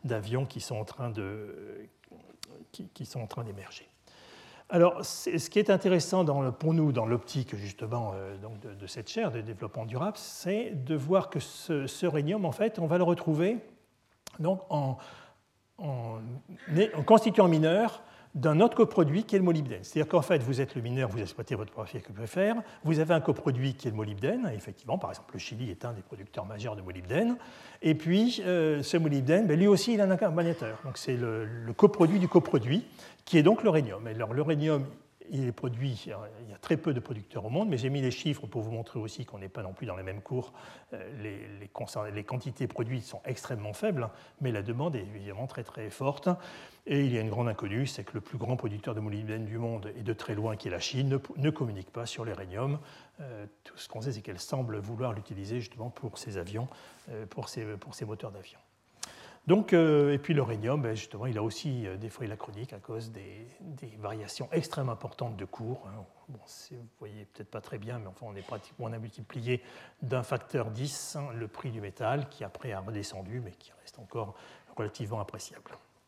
d'avions qui sont en train de, qui, qui sont en train d'émerger. Alors, ce qui est intéressant dans le, pour nous dans l'optique justement euh, donc de, de cette chaire de développement durable, c'est de voir que ce, ce rhénium, en fait, on va le retrouver donc, en, en, en constituant mineur d'un autre coproduit qui est le molybdène. C'est-à-dire qu'en fait, vous êtes le mineur, vous exploitez votre profil que vous pouvez faire, vous avez un coproduit qui est le molybdène, effectivement, par exemple, le Chili est un des producteurs majeurs de molybdène, et puis euh, ce molybdène, ben, lui aussi, il a un accompagnateur. Donc c'est le, le coproduit du coproduit, qui est donc l'uranium. Et alors, l'uranium, il est produit, il y a très peu de producteurs au monde, mais j'ai mis les chiffres pour vous montrer aussi qu'on n'est pas non plus dans les mêmes cours. Les, les, les quantités produites sont extrêmement faibles, mais la demande est évidemment très très forte. Et il y a une grande inconnue, c'est que le plus grand producteur de molybdène du monde, et de très loin, qui est la Chine, ne, ne communique pas sur l'uranium. Euh, tout ce qu'on sait, c'est qu'elle semble vouloir l'utiliser justement pour ses avions, euh, pour, ses, pour ses moteurs d'avion. Donc, euh, et puis l'uranium, ben justement, il a aussi euh, des foyers lacroniques à cause des, des variations extrêmement importantes de cours. Hein. Bon, vous voyez peut-être pas très bien, mais enfin, on, est pratiquement, on a multiplié d'un facteur dix hein, le prix du métal, qui après a redescendu, mais qui reste encore relativement appréciable.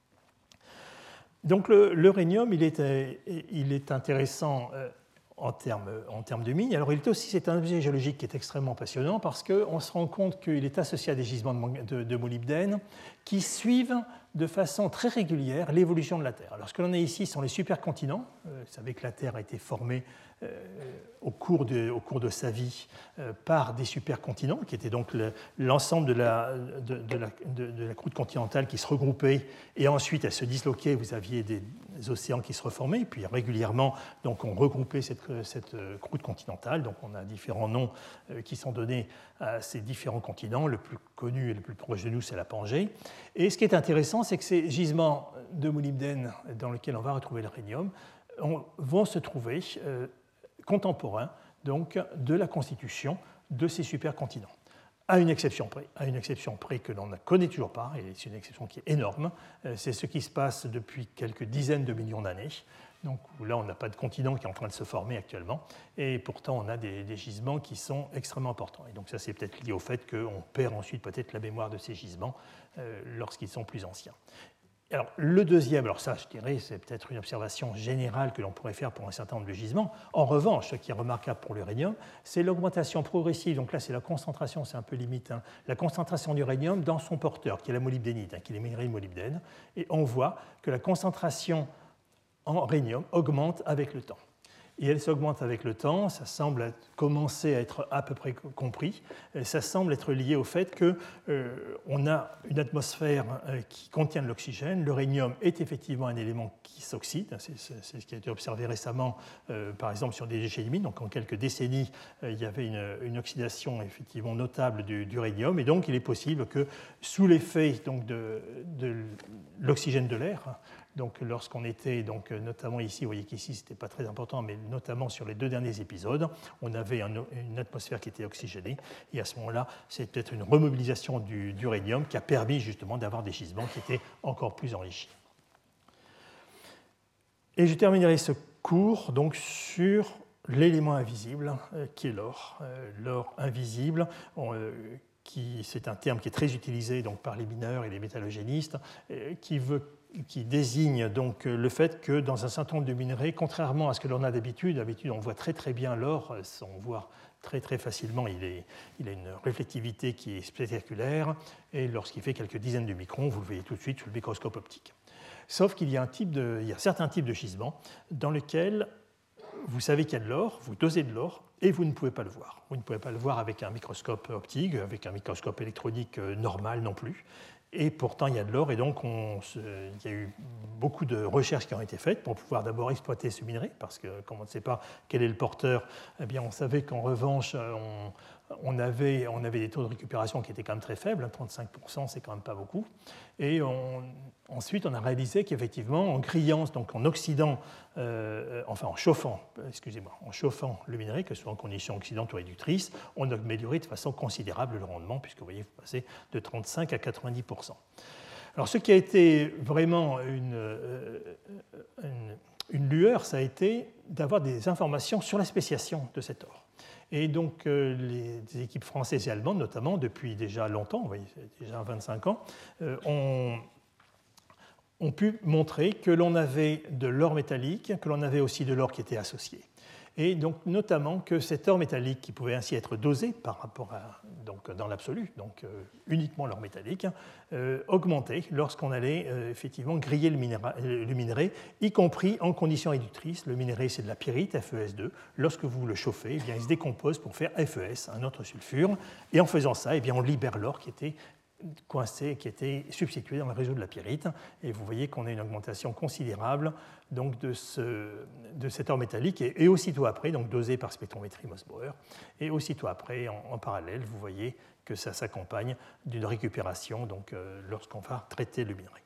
Donc l'uranium, il est, il est intéressant euh, en termes, en termes de mine. Alors il est aussi, c'est un objet géologique qui est extrêmement passionnant parce qu'on se rend compte qu'il est associé à des gisements de, de, de molybdène qui suivent de façon très régulière l'évolution de la Terre. Alors ce que l'on a ici sont les supercontinents. Euh, vous savez que la Terre a été formée euh, au, cours de, au cours de sa vie euh, par des supercontinents, qui étaient donc le, l'ensemble de la, de, de, la, de, de la croûte continentale qui se regroupait et ensuite elle se disloquait. Vous aviez des, des océans qui se reformaient, et puis régulièrement donc, on regroupait cette, cette croûte continentale. Donc on a différents noms euh, qui sont donnés à ces différents continents. Le plus connu et le plus proche de nous, c'est la Pangée. Et ce qui est intéressant, c'est que ces gisements de molybdène dans lesquels on va retrouver l'uranium vont se trouver euh, contemporains donc, de la constitution de ces supercontinents. À une exception près, à une exception près que l'on ne connaît toujours pas, et c'est une exception qui est énorme, euh, c'est ce qui se passe depuis quelques dizaines de millions d'années. Donc là, on n'a pas de continent qui est en train de se former actuellement, et pourtant on a des, des gisements qui sont extrêmement importants. Et donc ça, c'est peut-être lié au fait qu'on perd ensuite peut-être la mémoire de ces gisements euh, lorsqu'ils sont plus anciens. Alors le deuxième, alors ça, je dirais, c'est peut-être une observation générale que l'on pourrait faire pour un certain nombre de gisements. En revanche, ce qui est remarquable pour l'uranium, c'est l'augmentation progressive. Donc là, c'est la concentration, c'est un peu limite, hein, la concentration d'uranium dans son porteur, qui est la molybdénite, hein, qui est les minerais de molybdène. Et on voit que la concentration en rhénium augmente avec le temps. Et elle s'augmente avec le temps, ça semble commencer à être à peu près compris. Ça semble être lié au fait qu'on euh, a une atmosphère euh, qui contient de l'oxygène. L'uranium est effectivement un élément qui s'oxyde. C'est, c'est, c'est ce qui a été observé récemment, euh, par exemple, sur des déchets de mine. Donc, en quelques décennies, euh, il y avait une, une oxydation effectivement notable du, du rhénium. Et donc, il est possible que, sous l'effet donc, de, de l'oxygène de l'air, donc, lorsqu'on était, donc, notamment ici, vous voyez qu'ici, ce n'était pas très important, mais notamment sur les deux derniers épisodes, on avait un, une atmosphère qui était oxygénée. Et à ce moment-là, c'est peut-être une remobilisation du, du rhénium qui a permis justement d'avoir des gisements qui étaient encore plus enrichis. Et je terminerai ce cours donc, sur l'élément invisible euh, qui est l'or. Euh, l'or invisible, on, euh, qui, c'est un terme qui est très utilisé donc, par les mineurs et les métallogénistes, euh, qui veut qui désigne donc le fait que dans un certain nombre de minerais, contrairement à ce que l'on a d'habitude, d'habitude on voit très très bien l'or, on voit très très facilement, il, est, il a une réflectivité qui est spectaculaire, et lorsqu'il fait quelques dizaines de microns, vous le voyez tout de suite sous le microscope optique. Sauf qu'il y a, un type de, il y a certains types de gisements dans lesquels vous savez qu'il y a de l'or, vous dosez de l'or, et vous ne pouvez pas le voir. Vous ne pouvez pas le voir avec un microscope optique, avec un microscope électronique normal non plus. Et pourtant, il y a de l'or, et donc on se, il y a eu beaucoup de recherches qui ont été faites pour pouvoir d'abord exploiter ce minerai, parce que comme on ne sait pas quel est le porteur, eh bien on savait qu'en revanche, on, on, avait, on avait des taux de récupération qui étaient quand même très faibles, trente-cinq pour cent, c'est quand même pas beaucoup. Et on, ensuite, on a réalisé qu'effectivement, en grillant, donc en oxydant, euh, enfin en chauffant, excusez-moi, en chauffant le minerai, que ce soit en conditions oxydantes ou réductrices, on a amélioré de façon considérable le rendement, puisque vous voyez, vous passez de trente-cinq à quatre-vingt-dix pour cent. Alors, ce qui a été vraiment une, euh, une, une lueur, ça a été d'avoir des informations sur la spéciation de cet or. Et donc, euh, les, les équipes françaises et allemandes, notamment, depuis déjà longtemps, vous voyez, déjà vingt-cinq ans, euh, ont, ont pu montrer que l'on avait de l'or métallique, que l'on avait aussi de l'or qui était associé. Et donc notamment que cet or métallique, qui pouvait ainsi être dosé par rapport à, donc dans l'absolu, donc euh, uniquement l'or métallique, euh, augmentait lorsqu'on allait euh, effectivement griller le, minéra, le minerai, y compris en conditions réductrices. Le minerai, c'est de la pyrite, F E S deux. Lorsque vous le chauffez, eh bien, il se décompose pour faire F E S, un autre sulfure. Et en faisant ça, eh bien, on libère l'or qui était coincé, qui était substitué dans le réseau de la pyrite. Et vous voyez qu'on a une augmentation considérable donc, de, ce, de cet or métallique. Et, et aussitôt après, donc dosé par spectrométrie Mossbauer, et aussitôt après, en, en parallèle, vous voyez que ça s'accompagne d'une récupération donc, euh, lorsqu'on va traiter le minerai.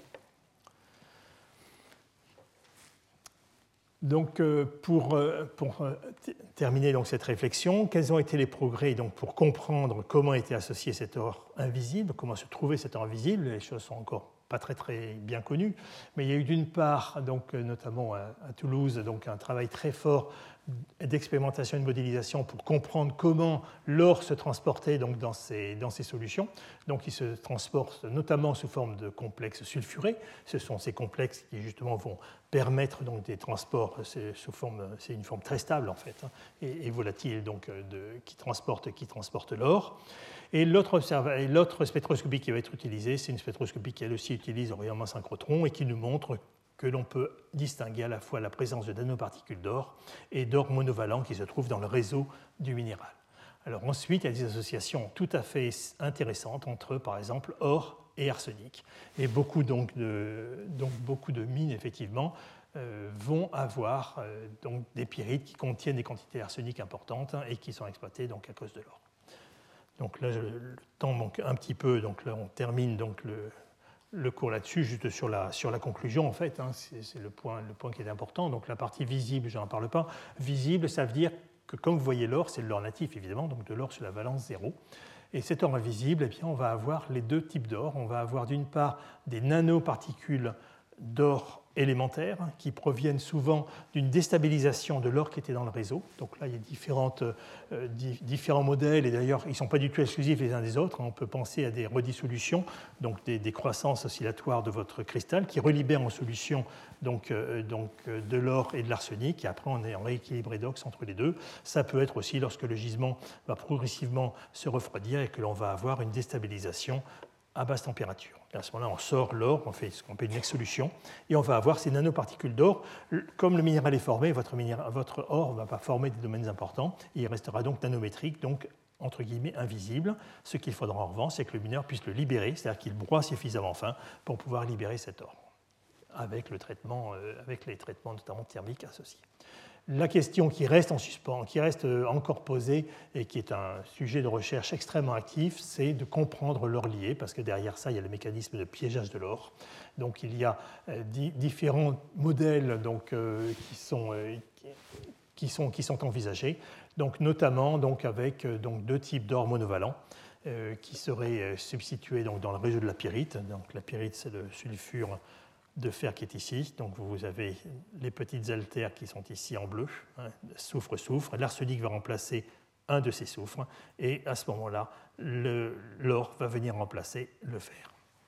Donc, euh, pour, euh, pour euh, terminer donc, cette réflexion, quels ont été les progrès donc, pour comprendre comment était associé cet or invisible, comment se trouvait cet or invisible? Les choses sont encore pas très, très bien connues, mais il y a eu d'une part, donc, notamment à, à Toulouse, donc, un travail très fort d'expérimentation et de modélisation pour comprendre comment l'or se transportait donc, dans, ces, dans ces solutions. Donc, il se transporte notamment sous forme de complexes sulfurés. Ce sont ces complexes qui, justement, vont permettre donc, des transports. C'est, sous forme, c'est une forme très stable, en fait, hein, et, et volatile, donc, de, qui transporte, qui transporte l'or. Et l'autre, et l'autre spectroscopie qui va être utilisée, c'est une spectroscopie qui, elle aussi, utilise le rayonnement synchrotron et qui nous montre que l'on peut distinguer à la fois la présence de nanoparticules d'or et d'or monovalent qui se trouvent dans le réseau du minéral. Alors ensuite, il y a des associations tout à fait intéressantes entre, par exemple, or et arsenic. Et beaucoup, donc, de, donc, beaucoup de mines, effectivement, euh, vont avoir euh, donc, des pyrites qui contiennent des quantités d'arsenic importantes hein, et qui sont exploitées donc, à cause de l'or. Donc là, le temps manque un petit peu, donc là, on termine donc, le, le cours là-dessus, juste sur la, sur la conclusion, en fait, hein, c'est, c'est le point, le point qui est important. Donc la partie visible, je n'en parle pas. Visible, ça veut dire que, comme vous voyez l'or, c'est de l'or natif, évidemment, donc de l'or sur la valence zéro. Et cet or invisible, eh bien, on va avoir les deux types d'or. On va avoir d'une part des nanoparticules d'or élémentaires qui proviennent souvent d'une déstabilisation de l'or qui était dans le réseau. Donc là, il y a différentes, euh, di- différents modèles, et d'ailleurs, ils ne sont pas du tout exclusifs les uns des autres. On peut penser à des redissolutions, donc des, des croissances oscillatoires de votre cristal qui relibèrent en solution donc, euh, donc, euh, de l'or et de l'arsenic, et après on est en rééquilibre redox entre les deux. Ça peut être aussi lorsque le gisement va progressivement se refroidir et que l'on va avoir une déstabilisation à basse température. Et à ce moment-là, on sort l'or, on fait ce qu'on appelle une exsolution, et on va avoir ces nanoparticules d'or. Comme le minéral est formé, votre, minéral, votre or ne va pas former des domaines importants, et il restera donc nanométrique, donc entre guillemets invisible. Ce qu'il faudra en revanche, c'est que le mineur puisse le libérer, c'est-à-dire qu'il broie suffisamment fin pour pouvoir libérer cet or, avec, le traitement, euh, avec les traitements notamment thermiques associés. La question qui reste en suspens, qui reste encore posée et qui est un sujet de recherche extrêmement actif, c'est de comprendre l'or lié, parce que derrière ça, il y a le mécanisme de piégeage de l'or. Donc il y a euh, di- différents modèles donc, euh, qui, sont, euh, qui, sont, qui sont envisagés, donc, notamment donc, avec euh, donc, deux types d'or monovalent euh, qui seraient euh, substitués donc, dans le réseau de la pyrite. Donc, la pyrite, c'est le sulfure de fer qui est ici. Donc vous avez les petites altères qui sont ici en bleu, hein, soufre, soufre. L'arsenic va remplacer un de ces soufres, et à ce moment-là, le, l'or va venir remplacer le fer.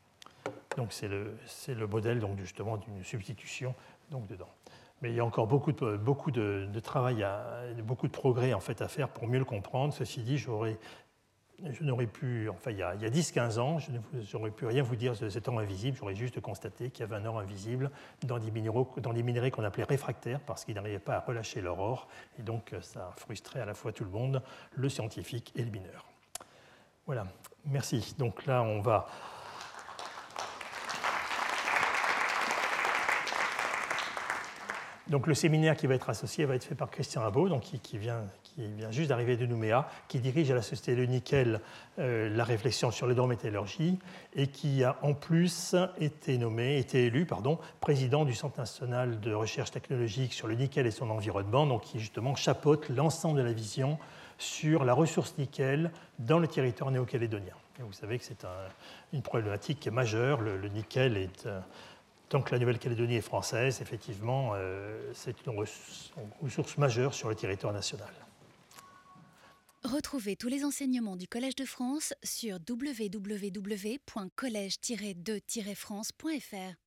Donc c'est le, c'est le modèle donc, justement d'une substitution donc, dedans. Mais il y a encore beaucoup de, beaucoup de, de travail, à, beaucoup de progrès en fait, à faire pour mieux le comprendre. Ceci dit, j'aurais Je n'aurais pu, enfin il y a, a dix quinze ans, je n'aurais pu rien vous dire de cet or invisible, j'aurais juste constaté qu'il y avait un or invisible dans des, minéraux, dans des minéraux qu'on appelait réfractaires parce qu'ils n'arrivaient pas à relâcher leur or, et donc ça frustrait à la fois tout le monde, le scientifique et le mineur. Voilà, merci. Donc là on va... Donc le séminaire qui va être associé va être fait par Christian Rabot, donc qui, qui, vient, qui vient juste d'arriver de Nouméa, qui dirige à la Société de Nickel euh, la réflexion sur l'hydrométallurgie et qui a en plus été nommé, été élu pardon, président du Centre national de recherche technologique sur le nickel et son environnement, donc qui justement chapeaute l'ensemble de la vision sur la ressource nickel dans le territoire néo-calédonien. Et vous savez que c'est un, une problématique qui est majeure, le, le nickel est... Euh, Tant que la Nouvelle-Calédonie est française, effectivement, euh, c'est une ressource majeure sur le territoire national. Retrouvez tous les enseignements du Collège de France sur w w w point collège tiret deux tiret france point f r.